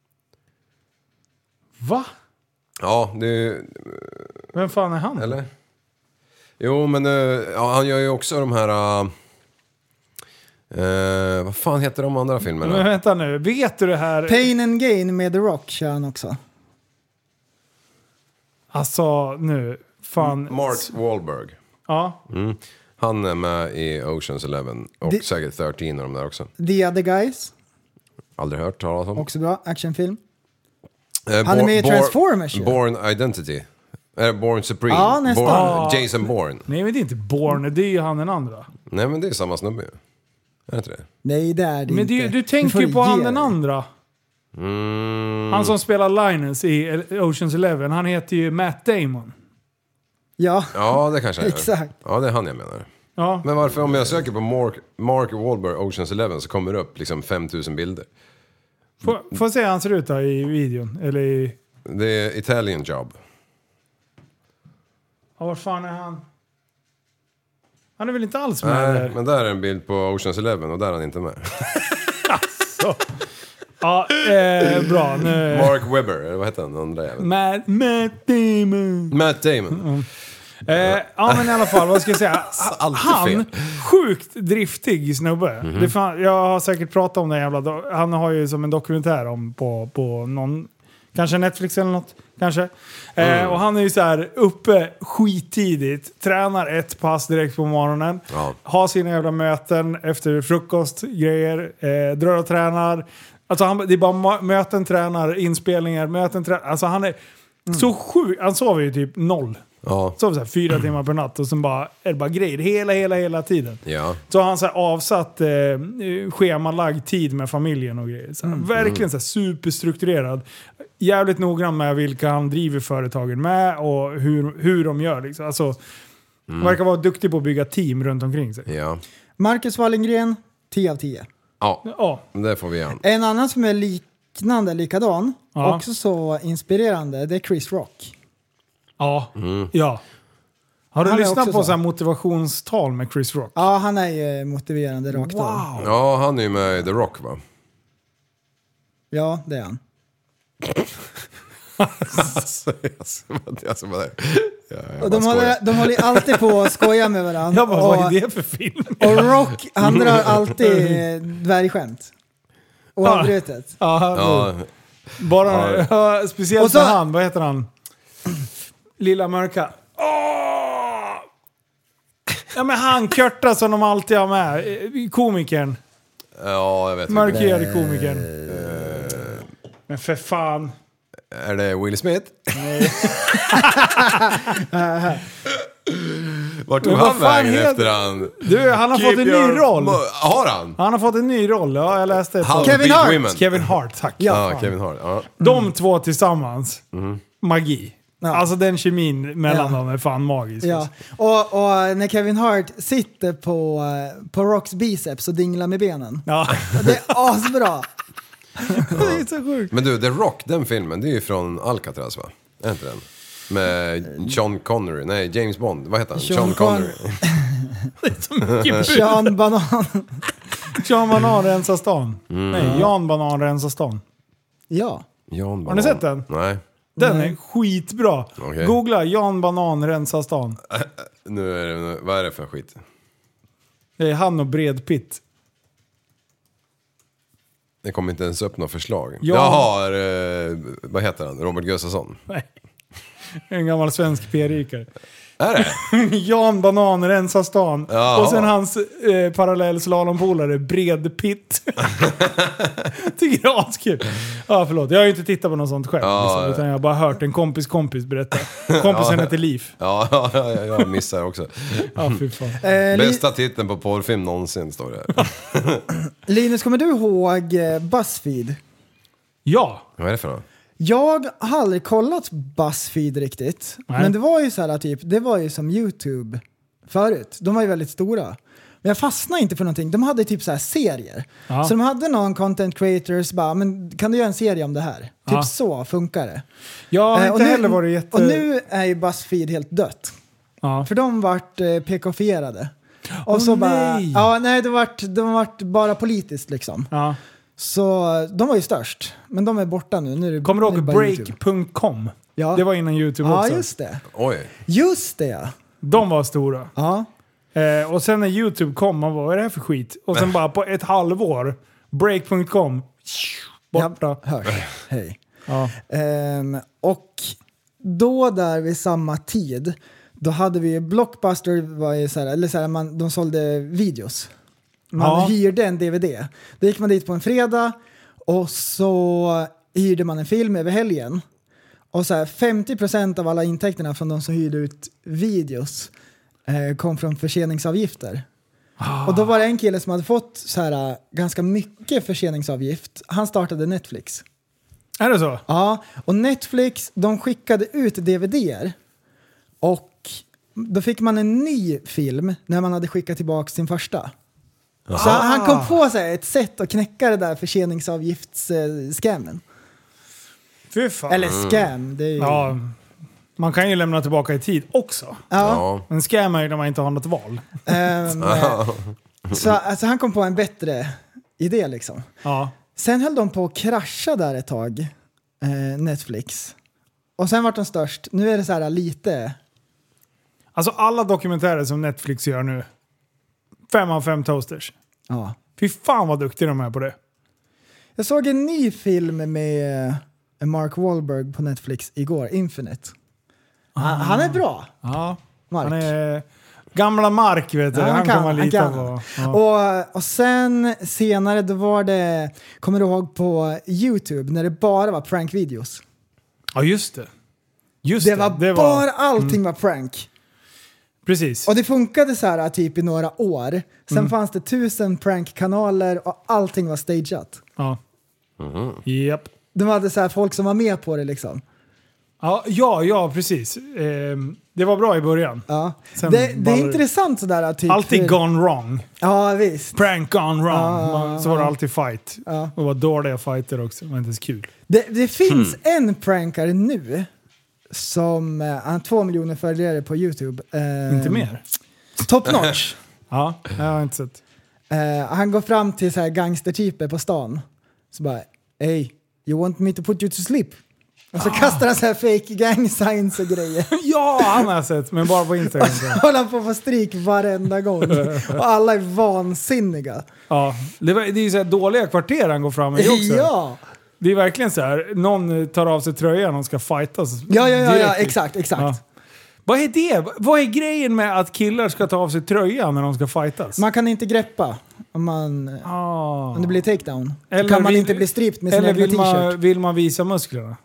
Va? Ja, det... Vem fan är han? Eller? Jo, men uh, ja, han gör ju också de här... Uh, uh, vad fan heter de andra filmerna? Men vänta nu, vet du det här? Pain and Gain med The Rock kör han också. Alltså nu, fan. Mark Wahlberg. Ja. Mm. Han är med i Oceans Eleven och Det- säkert tretton och de där också. The Other Guys, Aldrig hört talas om. också bra. Actionfilm. Eh, Han är Bor- med i Bor- Transformers ju. Born Identity. Är det Born Supreme? Ja, nästan. Born, Jason Bourne. Nej, men det är inte Bourne, det är ju han den andra. Nej, men det är samma snubbe ju. Är det inte det? Nej, det är det Men inte. du, du får tänker ju på ge han dig. den andra. Mm. Han som spelar Linus i Oceans Eleven, han heter ju Matt Damon. Ja, Ja, det kanske är. exakt. Ja, det är han jag menar. Ja. Men varför om jag söker på Mark, Mark Wahlberg Oceans Eleven så kommer det upp liksom fem tusen bilder. Får, får se hur han ser ut då i videon. Eller i... Det är Italian Job. Ja, var fan är han? Han är väl inte alls med Nej, där? men där är en bild på Oceans Eleven och där är han inte med. Så. Ja, eh, bra. Nu... Mark Webber, eller vad heter han? Den andra jäveln. Matt, Matt Damon. Matt Damon. Eh, ja, men i alla fall, vad ska jag säga? Alltid Han, fel. sjukt driftig snubbe. Mhm. Det fan, jag har säkert pratat om den jävla... do- Han har ju som en dokumentär om på, på någon... Kanske Netflix eller något. Kanske. Eh, Mm. och han är ju så här uppe skittidigt. Tränar ett pass direkt på morgonen. Ja. Har sina jävla möten efter frukost, grejer. Eh, drar och tränar. Alltså han, det är bara ma- möten, tränar, inspelningar, möten, tränar. Alltså han är så sjuk. Han sover ju typ noll. Ja. Sover så här fyra timmar per natt och sen bara är det bara grejer hela, hela, hela tiden. Ja. Så har han så här avsatt eh, schemalagd tid med familjen och grejer. Så han, verkligen så här superstrukturerad. Jävligt noggrann med vilka han driver företagen med och hur, hur de gör. Liksom. Alltså, han verkar vara duktig på att bygga team runt omkring sig. Ja. Marcus Wallengren, tio av tio. Ja, Ja. det får vi igen. En annan som är liknande, likadan, Ja. också så inspirerande, det är Chris Rock. Ja, Mm. ja. Har du Han är lyssnat också på så. så här motivationstal med Chris Rock? Ja, han är ju motiverande rakt av. Wow! Ja, han är ju med i The Rock va? Ja, det är han. alltså, alltså, alltså, bara, ja, Och de, håller, de håller ju alltid på att skoja med varandra. Jag bara, och, vad är det för film? och Rock, han drar alltid dvärgskämt. Oavbrutet. Ja, Ja, bara, Ja. ja, speciellt Och så- med han, vad heter han? Lilla mörka. Åh! Ja men han Körta som de alltid har med. Eh, Komikern. ja, jag vet inte. Mörkhyade komikern. Men för fan. Är det Will Smith? Vart tog Men vad han fan vägen heter- efter han? Du, han har Keep fått en ny your- roll. Har han? Han har fått en ny roll, ja jag läste ett How tag. to Kevin Beat Hart. Women. Kevin Hart, tack. Ja, Fan. Kevin Hart. Ja. De två tillsammans. Magi. Ja. Alltså den kemin mellan Ja. dem är fan magisk. Ja. Och, och när Kevin Hart sitter på, eh, på Rocks biceps och dinglar med benen. Ja. Det är asbra. Det är så sjukt. Men du, The Rock, den filmen, det är ju från Alcatraz va? Är inte den? Med Sean Connery, nej James Bond, vad heter han? Sean Sean, Connery. Mycket Sean Banan. Sean Banan rensar stan. Mm. Nej, Jan Banan rensar stan. Ja. Jan Har ni sett den? Nej. Den är skitbra. Okej. Googla Jan Banan rensar stan. Nu är det, vad är det för skit? Det är han och Bred Pitt. Det kommer inte ens upp något förslag. Ja. Jaha, eh, vad heter han? Robert Gustafsson? Nej. En gammal svensk P-rikare. Är det? Jan Banan rensar stan. Jaha. Och sen hans eh, parallell slalompolare Bred Pitt. Tycker det är askul. Ja, förlåt. Jag har ju inte tittat på något sånt själv. Ja, liksom, ja. utan jag har bara hört en kompis kompis berätta. Kompisen Ja. heter Liv. Ja, ja, ja, jag missar också. Ja, fy fan. Eh, Li- Bästa titeln på porrfilm någonsin står det här. Linus, kommer du ihåg eh, Buzzfeed? Ja. Vad är det för något? Jag har aldrig kollat Buzzfeed riktigt. Nej. Men det var ju så här typ, det var ju som YouTube förut. De var ju väldigt stora. Men jag fastnade inte för någonting. De hade typ så här serier. Ja. Så de hade någon content creators bara, men kan du göra en serie om det här? Typ Ja. så funkar det. Jag har Eh, inte och nu- heller varit jätte... Och nu är ju Buzzfeed helt dött. Ja. För de vart eh, P K-fierade. Och Åh, så bara, nej. ja nej, de vart, de vart bara politiskt liksom. Ja. Så de var ju störst. Men de är borta nu. nu är det, Kommer du nu är ihåg det bara YouTube. break punkt com? Ja. Det var innan YouTube Ja, också. just det. Oj. Just det, ja. De var stora. Ja. Eh, och sen när YouTube kom, man bara, vad är det här för skit? Och sen bara på ett halvår, break punkt com, borta. Ja, hörs. Hej. Ja. Ehm, och då där vid samma tid, då hade vi Blockbuster, var ju så här, eller så här, man, de sålde videos. Man Ja. hyrde en D V D. Då gick man dit på en fredag och så hyrde man en film över helgen. Och så här, femtio procent av alla intäkterna från de som hyrde ut videos eh, kom från förseningsavgifter. Ah. Och då var det en kille som hade fått så här, ganska mycket förseningsavgift. Han startade Netflix. Är det så? Ja, och Netflix, de skickade ut D V D-er och då fick man en ny film när man hade skickat tillbaka sin första. Så han kom på sig ett sätt att knäcka det där förseningsavgifts-scammen. Fy fan. Eller scam, det är ju... Ja, man kan ju lämna tillbaka i tid också. Ja. En scam är ju när man inte har något val. Ehm, så alltså, han kom på en bättre idé liksom. Ja. Sen höll de på att krascha där ett tag, eh, Netflix. Och sen vart de störst. Nu är det så här lite... Alltså alla dokumentärer som Netflix gör nu, fem av fem toasters. Ja. Fy fan vad duktiga de är på det. Jag såg en ny film med eh, Mark Wahlberg på Netflix igår, Infinite. Han, han är bra. Ja. Mark. Han är gamla Mark, vet du. Ja, han, kan man lita kan. på. Ja. Och, och sen senare då var det, kommer du ihåg på YouTube när det bara var prankvideos? Ja, just det. Just Det det. var det bara, allting var prank. Precis. Och det funkade så här typ i några år. Sen Mm. fanns det tusen prankkanaler och allting var stageat. Ja. Mhm. Japp. De hade så här folk som var med på det liksom. Ja, ja, ja, precis. Ehm, det var bra i början. Ja. Sen Det, det är ballar- intressant sådär typ. Alltid gone wrong. Ja, visst. Prank gone wrong. Ja, Man- Så var det ja. alltid fight. Ja. Och det var dåliga fighter också. Det var inte så kul. Det, det finns en prankare nu som, eh, han har två miljoner följare på YouTube. Eh, Inte mer? Top notch. Ja, jag har inte sett. Eh, han går fram till så här gangstertyper på stan. Så bara, hey, you want me to put you to sleep? Och så ah. kastar han så här fake gang signs och grejer. Ja, han har sett, men bara på Instagram. Och så håller han på att få stryk varenda gång. Och alla är vansinniga. Ja, det är ju så här dåliga kvarter han går fram i också. Ja. Det är verkligen så här, någon tar av sig tröjan och ska fightas. Ja, ja, ja, ja exakt, exakt. Ja. Vad är det? Vad är grejen med att killar ska ta av sig tröjan när de ska fightas? Man kan inte greppa om, man, ah. om det blir takedown. Eller kan man vill, inte bli stript med sin eller egna vill t-shirt. man, vill man visa musklerna?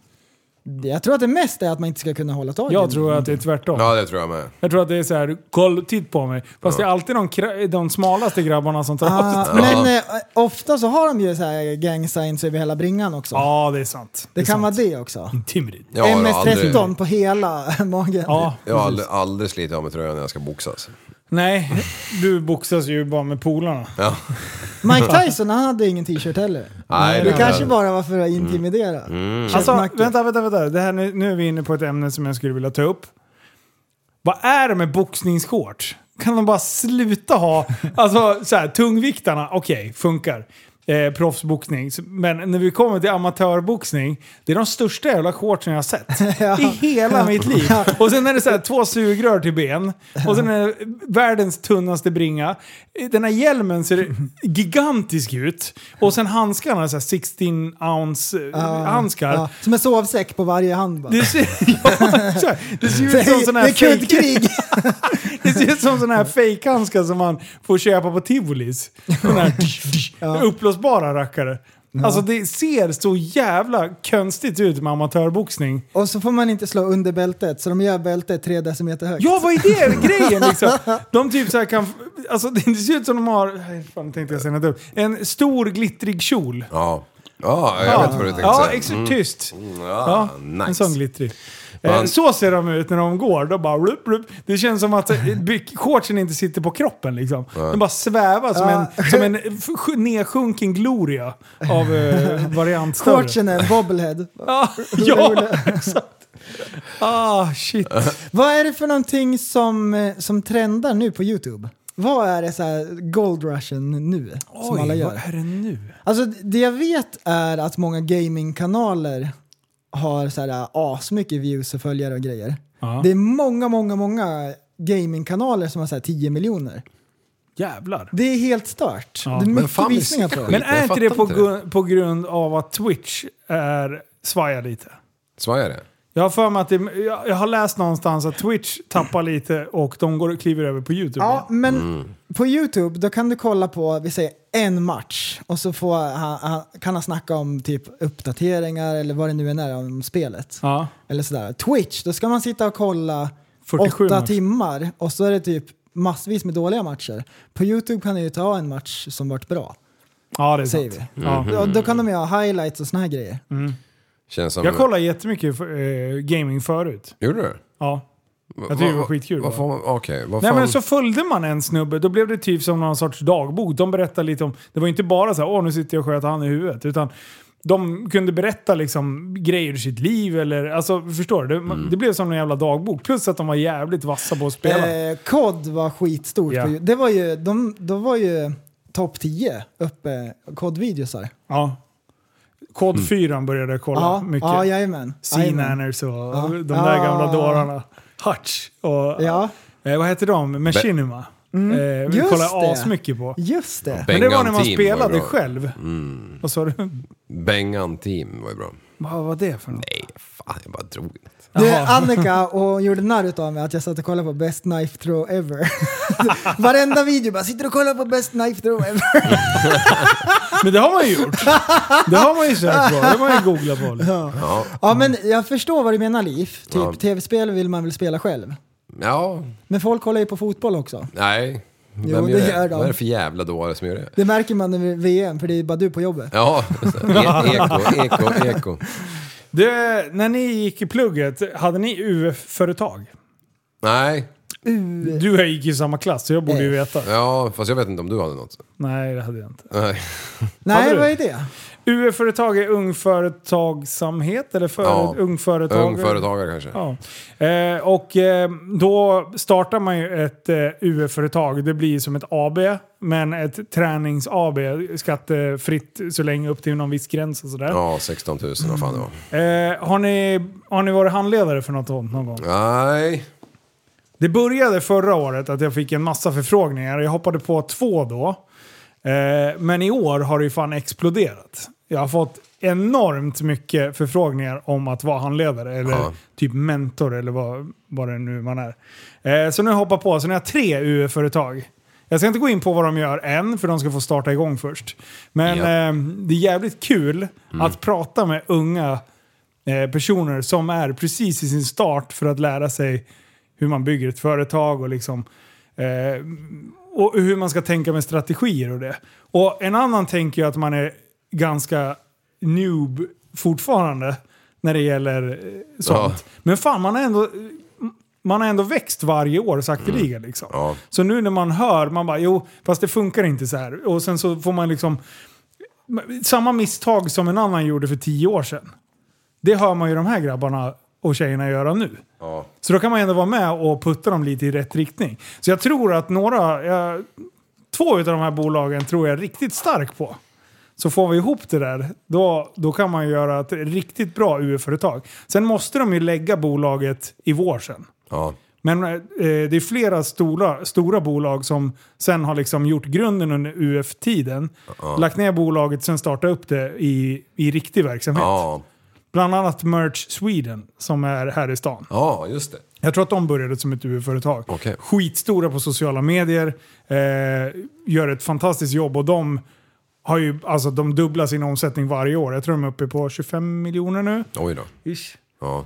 Jag tror att det mest är att man inte ska kunna hålla tag i. Jag tror att det är tvärtom. Ja, det tror jag med. Jag tror att det är så här, koll, titt på mig. Fast ja. Det är alltid de, de smalaste grabbarna som tar ah, av sig. Men eh, ofta så har de ju så här gang signs över hela bringan också. Ja, det är sant. Det, det kan sant. vara det också. Intimidate. Ja, M S tretton aldrig... på hela magen. Ja, jag har aldrig, aldrig slitit av med tröjan när jag ska boxas. Nej, du boxas ju bara med polarna. Ja. Mike Tyson, han hade ingen t-shirt heller. Nej, det det kanske var... bara var för att intimidera. Mm. Alltså, vänta, vänta, vänta. Det här, nu, nu är vi inne på ett ämne som jag skulle vilja ta upp. Vad är det med boxningsshorts? Kan de bara sluta ha... Alltså, så här, tungviktarna, okej, okay, funkar. Eh, proffsboxning. Men när vi kommer till amatörboxning, det är de största jävla shortsen jag har sett. Ja. I hela mitt liv. Och sen är det så här, två sugrör till ben. Och sen är det världens tunnaste bringa. Den här hjälmen ser gigantisk ut. Och sen handskarna, så här sexton ounce uh, handskar. Uh, som en sovsäck på varje hand. Bara. Det ser, ja, det ser ut som sån här fake. Det ser ut som sån här fake-handskar som man får köpa på Tivolis. Den här ja. Upplösbara rackare. Ja. Alltså det ser så jävla konstigt ut med amatörboxning. Och så får man inte slå under bältet, så de gör bältet tre decimeter högt. Ja, vad är det grejen liksom? De typ så här kan... Alltså det ser ut som de har... Fan, tänkte jag säga något upp. En stor glittrig kjol. Ja. Ja, jag ja. vet vad du tänkte ja, säga. Extra Mm. tyst. Mm, ja, ja, nice. En sån glittrig. Man... Så ser de ut när de går. De bara, rup, rup. Det känns som att shortsen inte sitter på kroppen. Liksom. Ja. De bara svävar som en, som en nedsjunken gloria av eh, variant större. Shortsen är en bobblehead. ah, ja, exakt. Ah, shit. Vad är det för någonting som, som trendar nu på YouTube? Vad är det så här gold rushen nu? Oj, som alla gör? Vad är det nu? Alltså det jag vet är att många gamingkanaler har så här asmycket views och följare och grejer. Ja. Det är många, många, många gamingkanaler som har så här tio miljoner. Jävlar. Det är helt stört. Ja. Det är men mycket fan, visningar på det. Men är inte det på, gu- på grund av att Twitch är svajar lite? Svajar det? Jag har för mig att det, jag, jag har läst någonstans att Twitch tappar lite och de går och kliver över på YouTube. Ja, igen. men mm. på YouTube då kan du kolla på, vi säger en match och så får han, han, kan han snacka om typ uppdateringar eller vad det nu än är om spelet. Ja. Eller sådär. Twitch, då ska man sitta och kolla fyrtiosju åtta matcher. timmar och så är det typ massvis med dåliga matcher. På YouTube kan du ju ta en match som varit bra. Ja, det är säger sant. Vi. Mm. Ja, då kan de ju ha highlights och såna här grejer. Mm. Känns som... Jag kollade jättemycket för, eh, gaming förut. Gjorde du? Ja. Jag tycker det var skitkul. Vad får man, okej, vad Nej, fan? men så följde man en snubbe, då blev det typ som någon sorts dagbok. De berättade lite om, det var inte bara så här, åh nu sitter jag och sköter han i huvudet, utan de kunde berätta liksom grejer i sitt liv eller, alltså förstår du? Det, mm. det blev som en jävla dagbok, plus att de var jävligt vassa på att spela. Eh, C O D var skitstort. Ja. Det var ju, de, då var ju topp tio uppe, C O D-videosar. Ja. Kod mm. fyra började jag kolla ja, mycket. Ja, jajamän. Sea-Nanners och ja. de där ja. gamla dårarna. Hutch och... Ja. Eh, vad heter de? Machinima. Mm. Eh, vi kollar asmycket på. Just det. Men det var när man spelade var själv. Mm. Vad sa du? Bengan Team var ju bra. Vad var det för något? Nej, fan jag bara drog det. Du, Annika och gjorde narr utav mig att jag satt och kollade på Best Knife Throw Ever. Varenda video bara sitter och kollar på Best Knife Throw Ever. Men det har man ju gjort. Det har man ju sökt på. Det har man ju googlat på. Ja. Ja. Ja, men jag förstår vad du menar, Liv. Typ ja. Tv-spel vill man väl spela själv. Ja. Men folk kollar ju på fotboll också. Nej. Vem jo, gör det det? gör de. Vad är det för jävla dåre som gör det? Det märker man över V M, för det är bara du på jobbet. Ja, e- eko, eko, eko. Det, när ni gick i plugget, hade ni U F-företag? Nej. U... Du och jag gick i samma klass, så jag borde ju veta. Ja, fast jag vet inte om du hade något. Nej, det hade jag inte. Nej, Nej vad är det? U F-företag är ungföretagsamhet eller för, Ja. ungföretagare. Ungföretagare kanske. Ja. Eh, och eh, då startar man ju ett eh, U F-företag. Det blir som ett A B, men ett tränings-A B. Skattefritt så länge upp till någon viss gräns och sådär. Ja, sexton tusen, vad fan det var. Eh, har, ni, har ni varit handledare för något sånt någon gång? Nej. Det började förra året att jag fick en massa förfrågningar. Jag hoppade på två då. Eh, men i år har det ju fan exploderat. Jag har fått enormt mycket förfrågningar om att vara handledare. Eller ja. typ mentor eller vad, vad det nu man är. Eh, så nu hoppar jag på. Så nu har jag tre U F-företag. Jag ska inte gå in på vad de gör än, för de ska få starta igång först. Men ja. eh, det är jävligt kul mm. att prata med unga eh, personer som är precis i sin start för att lära sig hur man bygger ett företag och liksom eh, och hur man ska tänka med strategier och det. Och en annan tänker jag att man är ganska noob fortfarande när det gäller eh, sånt. Ja. Men fan, man har ändå man har ändå växt varje år sakteliga mm. liksom. Ja. Så nu när man hör, man bara jo, fast det funkar inte så här. Och sen så får man liksom samma misstag som en annan gjorde för tio år sedan. Det hör man ju de här grabbarna och tjejerna göra nu. Ja. Så då kan man ändå vara med och putta dem lite i rätt riktning. Så jag tror att några, jag, två av de här bolagen tror jag är riktigt stark på. Så får vi ihop det där, då, då kan man göra ett riktigt bra U F-företag. Sen måste de ju lägga bolaget i vår sen. Ja. Men eh, det är flera stora, stora bolag som sen har liksom gjort grunden under U F-tiden. Ja. Lagt ner bolaget, sen startat upp det i, i riktig verksamhet. Ja. Bland annat Merch Sweden som är här i stan. Ja, just det. Jag tror att de började som ett U F-företag. Okay. Skitstora på sociala medier. Eh, gör ett fantastiskt jobb och de har ju, alltså de dubblar sin omsättning varje år. Jag tror de är uppe på tjugofem miljoner nu. Oj då. Ish. Ja.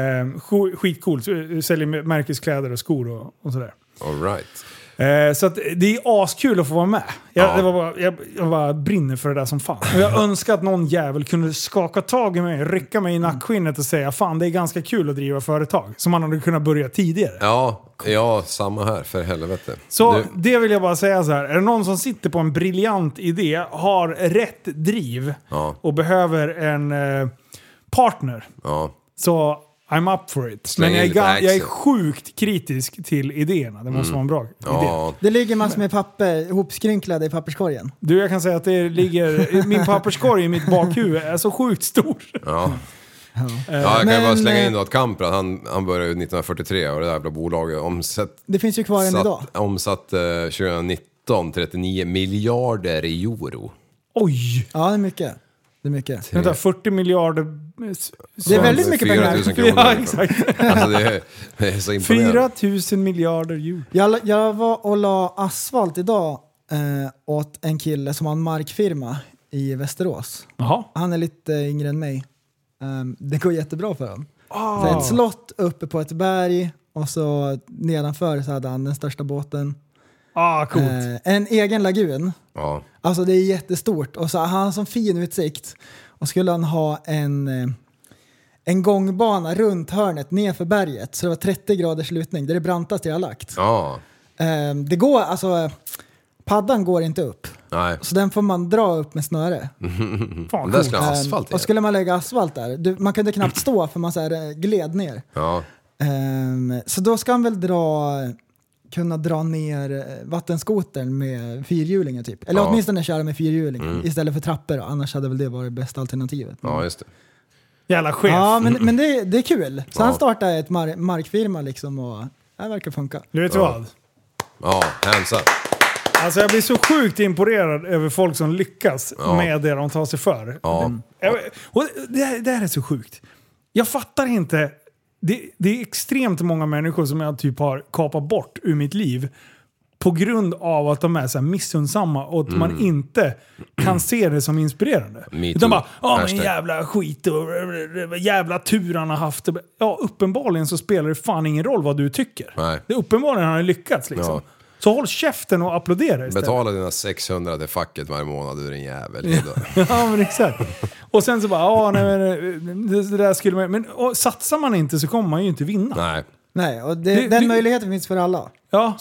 Eh, skitcoolt. Säljer märkeskläder och skor och, och sådär. All right. Eh, så att det är askul att få vara med. Jag, Ja. det var bara, jag, jag bara brinner för det där som fan. Och jag önskar att någon jävel kunde skaka tag i mig, rycka mig i nackskinnet och säga fan, det är ganska kul att driva företag. Som man hade kunnat börja tidigare. Ja, ja, samma här, för helvete. Så Du, det vill jag bara säga så här. Är det någon som sitter på en briljant idé, har rätt driv ja, och behöver en eh, partner, ja. så I'm up for it. Släng Men jag är, in lite ga- jag är action. sjukt kritisk till idéerna. Det måste Mm. vara en bra idé. Ja. Det ligger massor med papper ihopskrynklade i papperskorgen. Du, jag kan säga att det ligger... Min papperskorg i mitt bakhuvud är så sjukt stor. Ja. Ja. Eh, Ja, jag kan ju bara Men, slänga eh, in då att Kamprad, han, han började ju nittonhundrafyrtiotre och det där jävla bolaget omsatt, Det finns ju kvar än idag. satt, omsatt eh, tjugonitton trettionio miljarder euro. Oj! Ja, det är mycket. Det är mycket. Vänta, fyrtio miljarder... Det är väldigt mycket fyra pengar. tusen kronor. Ja, exakt. Alltså det är, det är så imponerande. fyra tusen miljarder euro. Jag, jag var och la asfalt idag eh, åt en kille som har en markfirma i Västerås. Jaha. Han är lite yngre än mig. Um, det går jättebra för honom. Ah. Så ett slott uppe på ett berg och så nedanför så hade han den största båten. Ah, coolt. Eh, en egen lagun. Ja. Alltså det är jättestort. Och så har han sån fin utsikt. Och skulle han ha en, eh, en gångbana runt hörnet nerför berget. Så det var trettio graders lutning. Det är det brantaste jag har lagt. Ja. Eh, det går, alltså paddan går inte upp. Nej. Så den får man dra upp med snöre. Fan, där ska coolt. ha asfalt i. Och skulle man lägga asfalt där, du, man kunde knappt stå för man så här, eh, gled ner. Ja. Um, så då ska han väl dra, kunna dra ner eh, vattenskotern med fyrhjulingen typ. Eller Ja. åtminstone köra med fyrhjulingen Mm. istället för trappor. Annars hade väl det varit bästa alternativet. Ja, just det. Jävla chef. Ja, men, men det, det är kul. Så Ja. han startade ett mar- markfirma liksom och det verkar funka. Du vet Ja. vad? Ja, hands up. Alltså jag blir så sjukt imponerad över folk som lyckas Ja. med det de tar sig för. Ja. Jag, och det, här, det här är så sjukt. Jag fattar inte. Det, det är extremt många människor som jag typ har kapat bort ur mitt liv på grund av att de är så här missunnsamma och att Mm. man inte kan se det som inspirerande. Me Utan too. bara, ja men Hashtag. jävla skit och jävla tur han har haft. Ja, uppenbarligen så spelar det fan ingen roll vad du tycker. Nej. Det är uppenbarligen han har lyckats liksom. Ja. Så håll käften och applådera istället. Betala dina sexhundra till facket varje månad, du är en jävel. Ja, men exakt. Och sen så bara, ja, nej, men det, det där skulle man... Men och, satsar man inte så kommer man ju inte vinna. Nej. Nej, och det, Du- den du- möjligheten finns för alla. Ja, Så.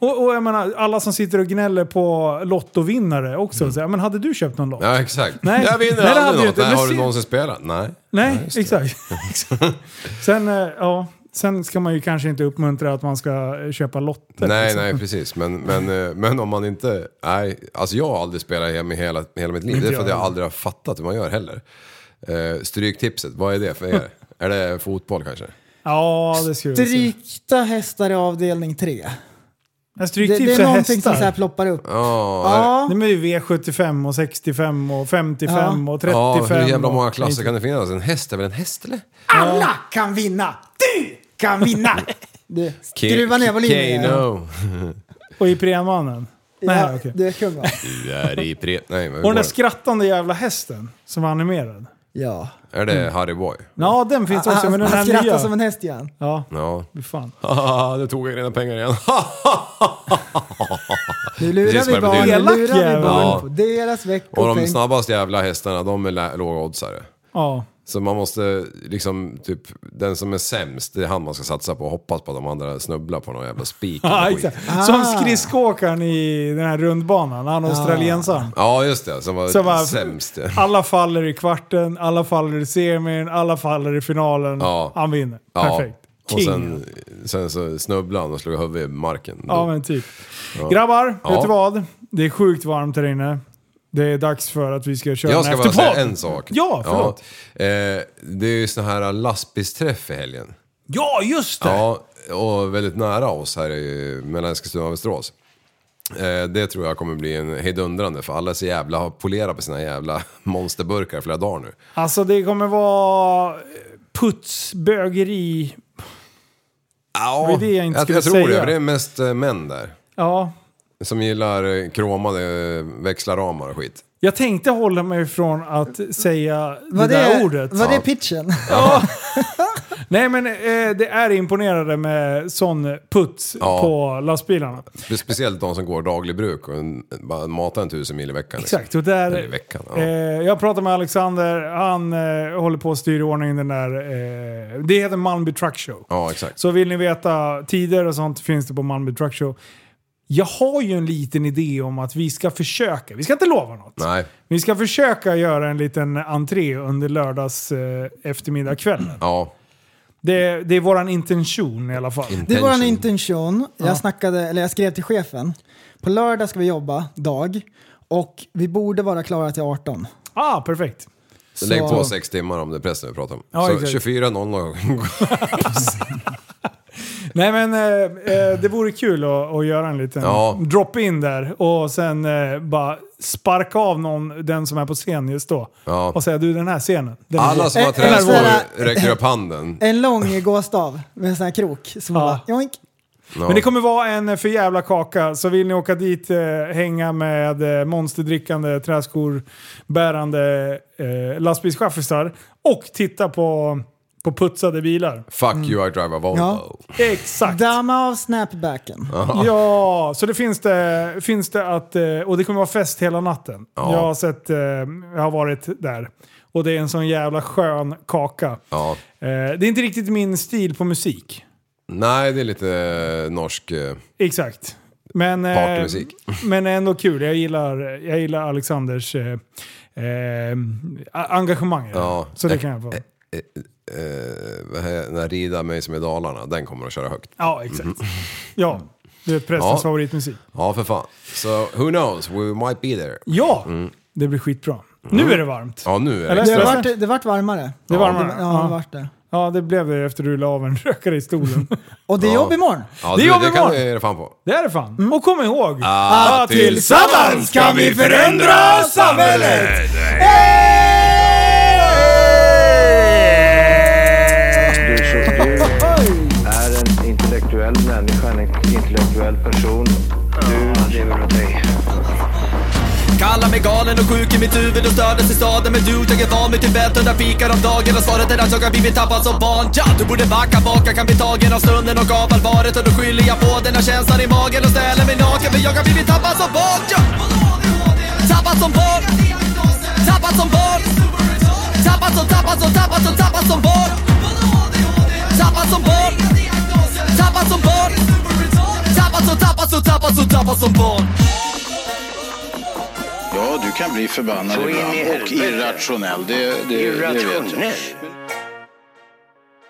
Och, och jag menar, alla som sitter och gnäller på lottovinnare också. Mm. Så, men hade du köpt någon lott? Ja, exakt. Nej. Jag vinner Nej, aldrig något. Nej, har se... du någonsin spelat? Nej. Nej, ja, exakt. Sen, ja, sen ska man ju kanske inte uppmuntra att man ska köpa lotter. Nej, liksom. nej, precis. Men, men, men om man inte... Nej, alltså jag har aldrig spelat hela, hela, hela mitt liv. Inte Det är för att jag. jag aldrig har fattat hur man gör heller. Uh, stryktipset, vad är det för er? Är det fotboll kanske? Ja, det skulle jag säga. Strykta hästar i avdelning tre. En Det, det är någonting som så här ploppar upp. Oh, ja. Det är ju V sjuttiofem och sextiofem och femtiofem Ja. och trettiofem. Ja, hur jävla många och... klasser kan det finnas? En häst är väl en häst, eller? Alla kan vinna! Du kan vinna! Du, skruva ner volymen. Kano. Och i premannen. Nej, Ja, okej. Okay. du är kung va? Du är i pre... Nej, men och den där skrattande jävla hästen som var animerad. Ja. Är det Harry Boy? Ja, den finns också. Han, men den han här skrattar nya. som en häst igen. Ja. Ja. Fy fan. Haha, det tog jag rena pengar igen. Nu lurar Precis vi vad det barn, betyder. nu lurar vi Elak barn jävel. på deras Och de veckopeng. snabbaste jävla hästarna, de är lä- låga oddsare. Ja. Så man måste liksom, typ, den som är sämst, det är han man ska satsa på och hoppas på att de andra snubblar på någon jävla spik. Ja, exakt. Som skridskoåkaren i den här rundbanan, han australiensaren. Ja, just det, som var, Som var sämst. alla faller i kvarten, alla faller i semin, alla faller i finalen. Ja. Han vinner. Ja. Perfekt. Och King. sen, sen så snubblade han och slog huvudet i marken. Ja, men typ. Ja. Grabbar, Ja. vet du vad? Det är sjukt varmt här inne. Det är dags för att vi ska köra Jag ska en bara säga efterpodd. en sak. Ja, förlåt. Ja, eh, det är ju sån här lastbilsträff i helgen. Ja, just det! Ja, och väldigt nära oss här i mellan Eskilstuna och Västerås. Eh, det tror jag kommer bli en hejdundrande, för alla är så jävla har polerat på sina jävla monsterburkar i flera dagar nu. Alltså det kommer vara putsbögeri. Ja, Det är det jag inte jag, skulle jag tror säga. det, för det är mest eh, män där. Ja. Som gillar eh, kromade eh, växlarramar och skit. Jag tänkte hålla mig från att säga Var det där det, ordet. var det pitchen? Ja. Nej, men eh, det är imponerande med sån puts Ja. på lastbilarna. Spe- Speciellt de som går daglig bruk och en, bara matar en tusen mil i veckan. Exakt, och där, Eller i veckan, ja. eh, jag pratade med Alexander, han eh, håller på att styra i ordning den där, eh, det heter Malmby Truck Show. Ja, exakt. Så vill ni veta tider och sånt finns det på Malmby Truck Show. Jag har ju en liten idé om att vi ska försöka, vi ska inte lova något. Nej. Vi ska försöka göra en liten entré under lördags eh, eftermiddagskvällen. Ja. Det, det är våran intention i alla fall. Det är vår intention. Jag, Ja. snackade, eller jag skrev till chefen. På lördag ska vi jobba dag. Och vi borde vara klara till arton. Ah, perfekt. Så lägg på sex timmar om det är pressen vi pratar om. Ja, så exakt. tjugofyra noll noll. Nej, men eh, eh, det vore kul att, att göra en liten Ja. drop-in där. Och sen eh, bara sparka av någon, den som är på scen just då. Ja. Och säga, du, den här scenen. Den är Alla bra. som har Eller träskor sådär- räcker upp handen. En lång gåstav med en sån här krok. Som Ja. bara, joink. Ja. Men det kommer vara en för jävla kaka. Så vill ni åka dit, eh, hänga med eh, monsterdrickande, träskor, bärande eh, lastbilschaffisar och titta på, på putsade bilar. Fuck you, I drive a Volvo. Ja. Exakt. Damma av snapbacken. Ja, så det finns det, finns det att, eh, och det kommer vara fest hela natten. Ja. Jag har sett, eh, jag har varit där. Och det är en sån jävla skön kaka. Ja. Eh, Det är inte riktigt min stil på musik. Nej, det är lite eh, norsk... Eh, Exakt. Men, eh, Partymusik. men ändå kul. Jag gillar, jag gillar Alexanders eh, eh, engagemang. ja. Så det kan jag få. Eh, eh, vad är- den här Rida mig som i Dalarna, den kommer att köra högt. Ja, exakt. Ja, det är prästens Ja. favoritmusik. Ja, för fan. Så, who knows, we might be there. Ja, det blir skitbra. Nu är det varmt. Ja, nu är Eller? det Det extra. vart, det vart varmare. Det är varmare. Ja, det, ja, det vart det. Ja, det blev det efter du la av en rökare i stolen. Och det är Ja. jobb imorgon. Ja, Det det, gör det vi kan imorgon. vi ge det fan på. Det är det fan. Och kom ihåg. Ah, att tillsammans kan vi förändra samhället! Du, så, du är en intellektuell människa, en intellektuell person. Du lever åt dig. Kallar mig galen och sjuk i mitt huvud och stördes i staden. Men du, jag är van vid Tibet under fikar om dagen. Och svaret är att jag har blivit tappad som barn. Ja, du borde backa bak, jag kan bli tagen av stunden och av allvaret. Och då skyller jag på den här känslan i magen och ställer mig naken. För jag har blivit tappad som barn. Ja. Tappad som barn. Tappad som barn. Tappad som, tappad som, tappad som, tappad som barn. Tappad som barn. Tappad som barn. Tappad som, tappad som, tappad var som barn. Ja, du kan bli förbannad ibland och irrationell, det, det, det vet jag.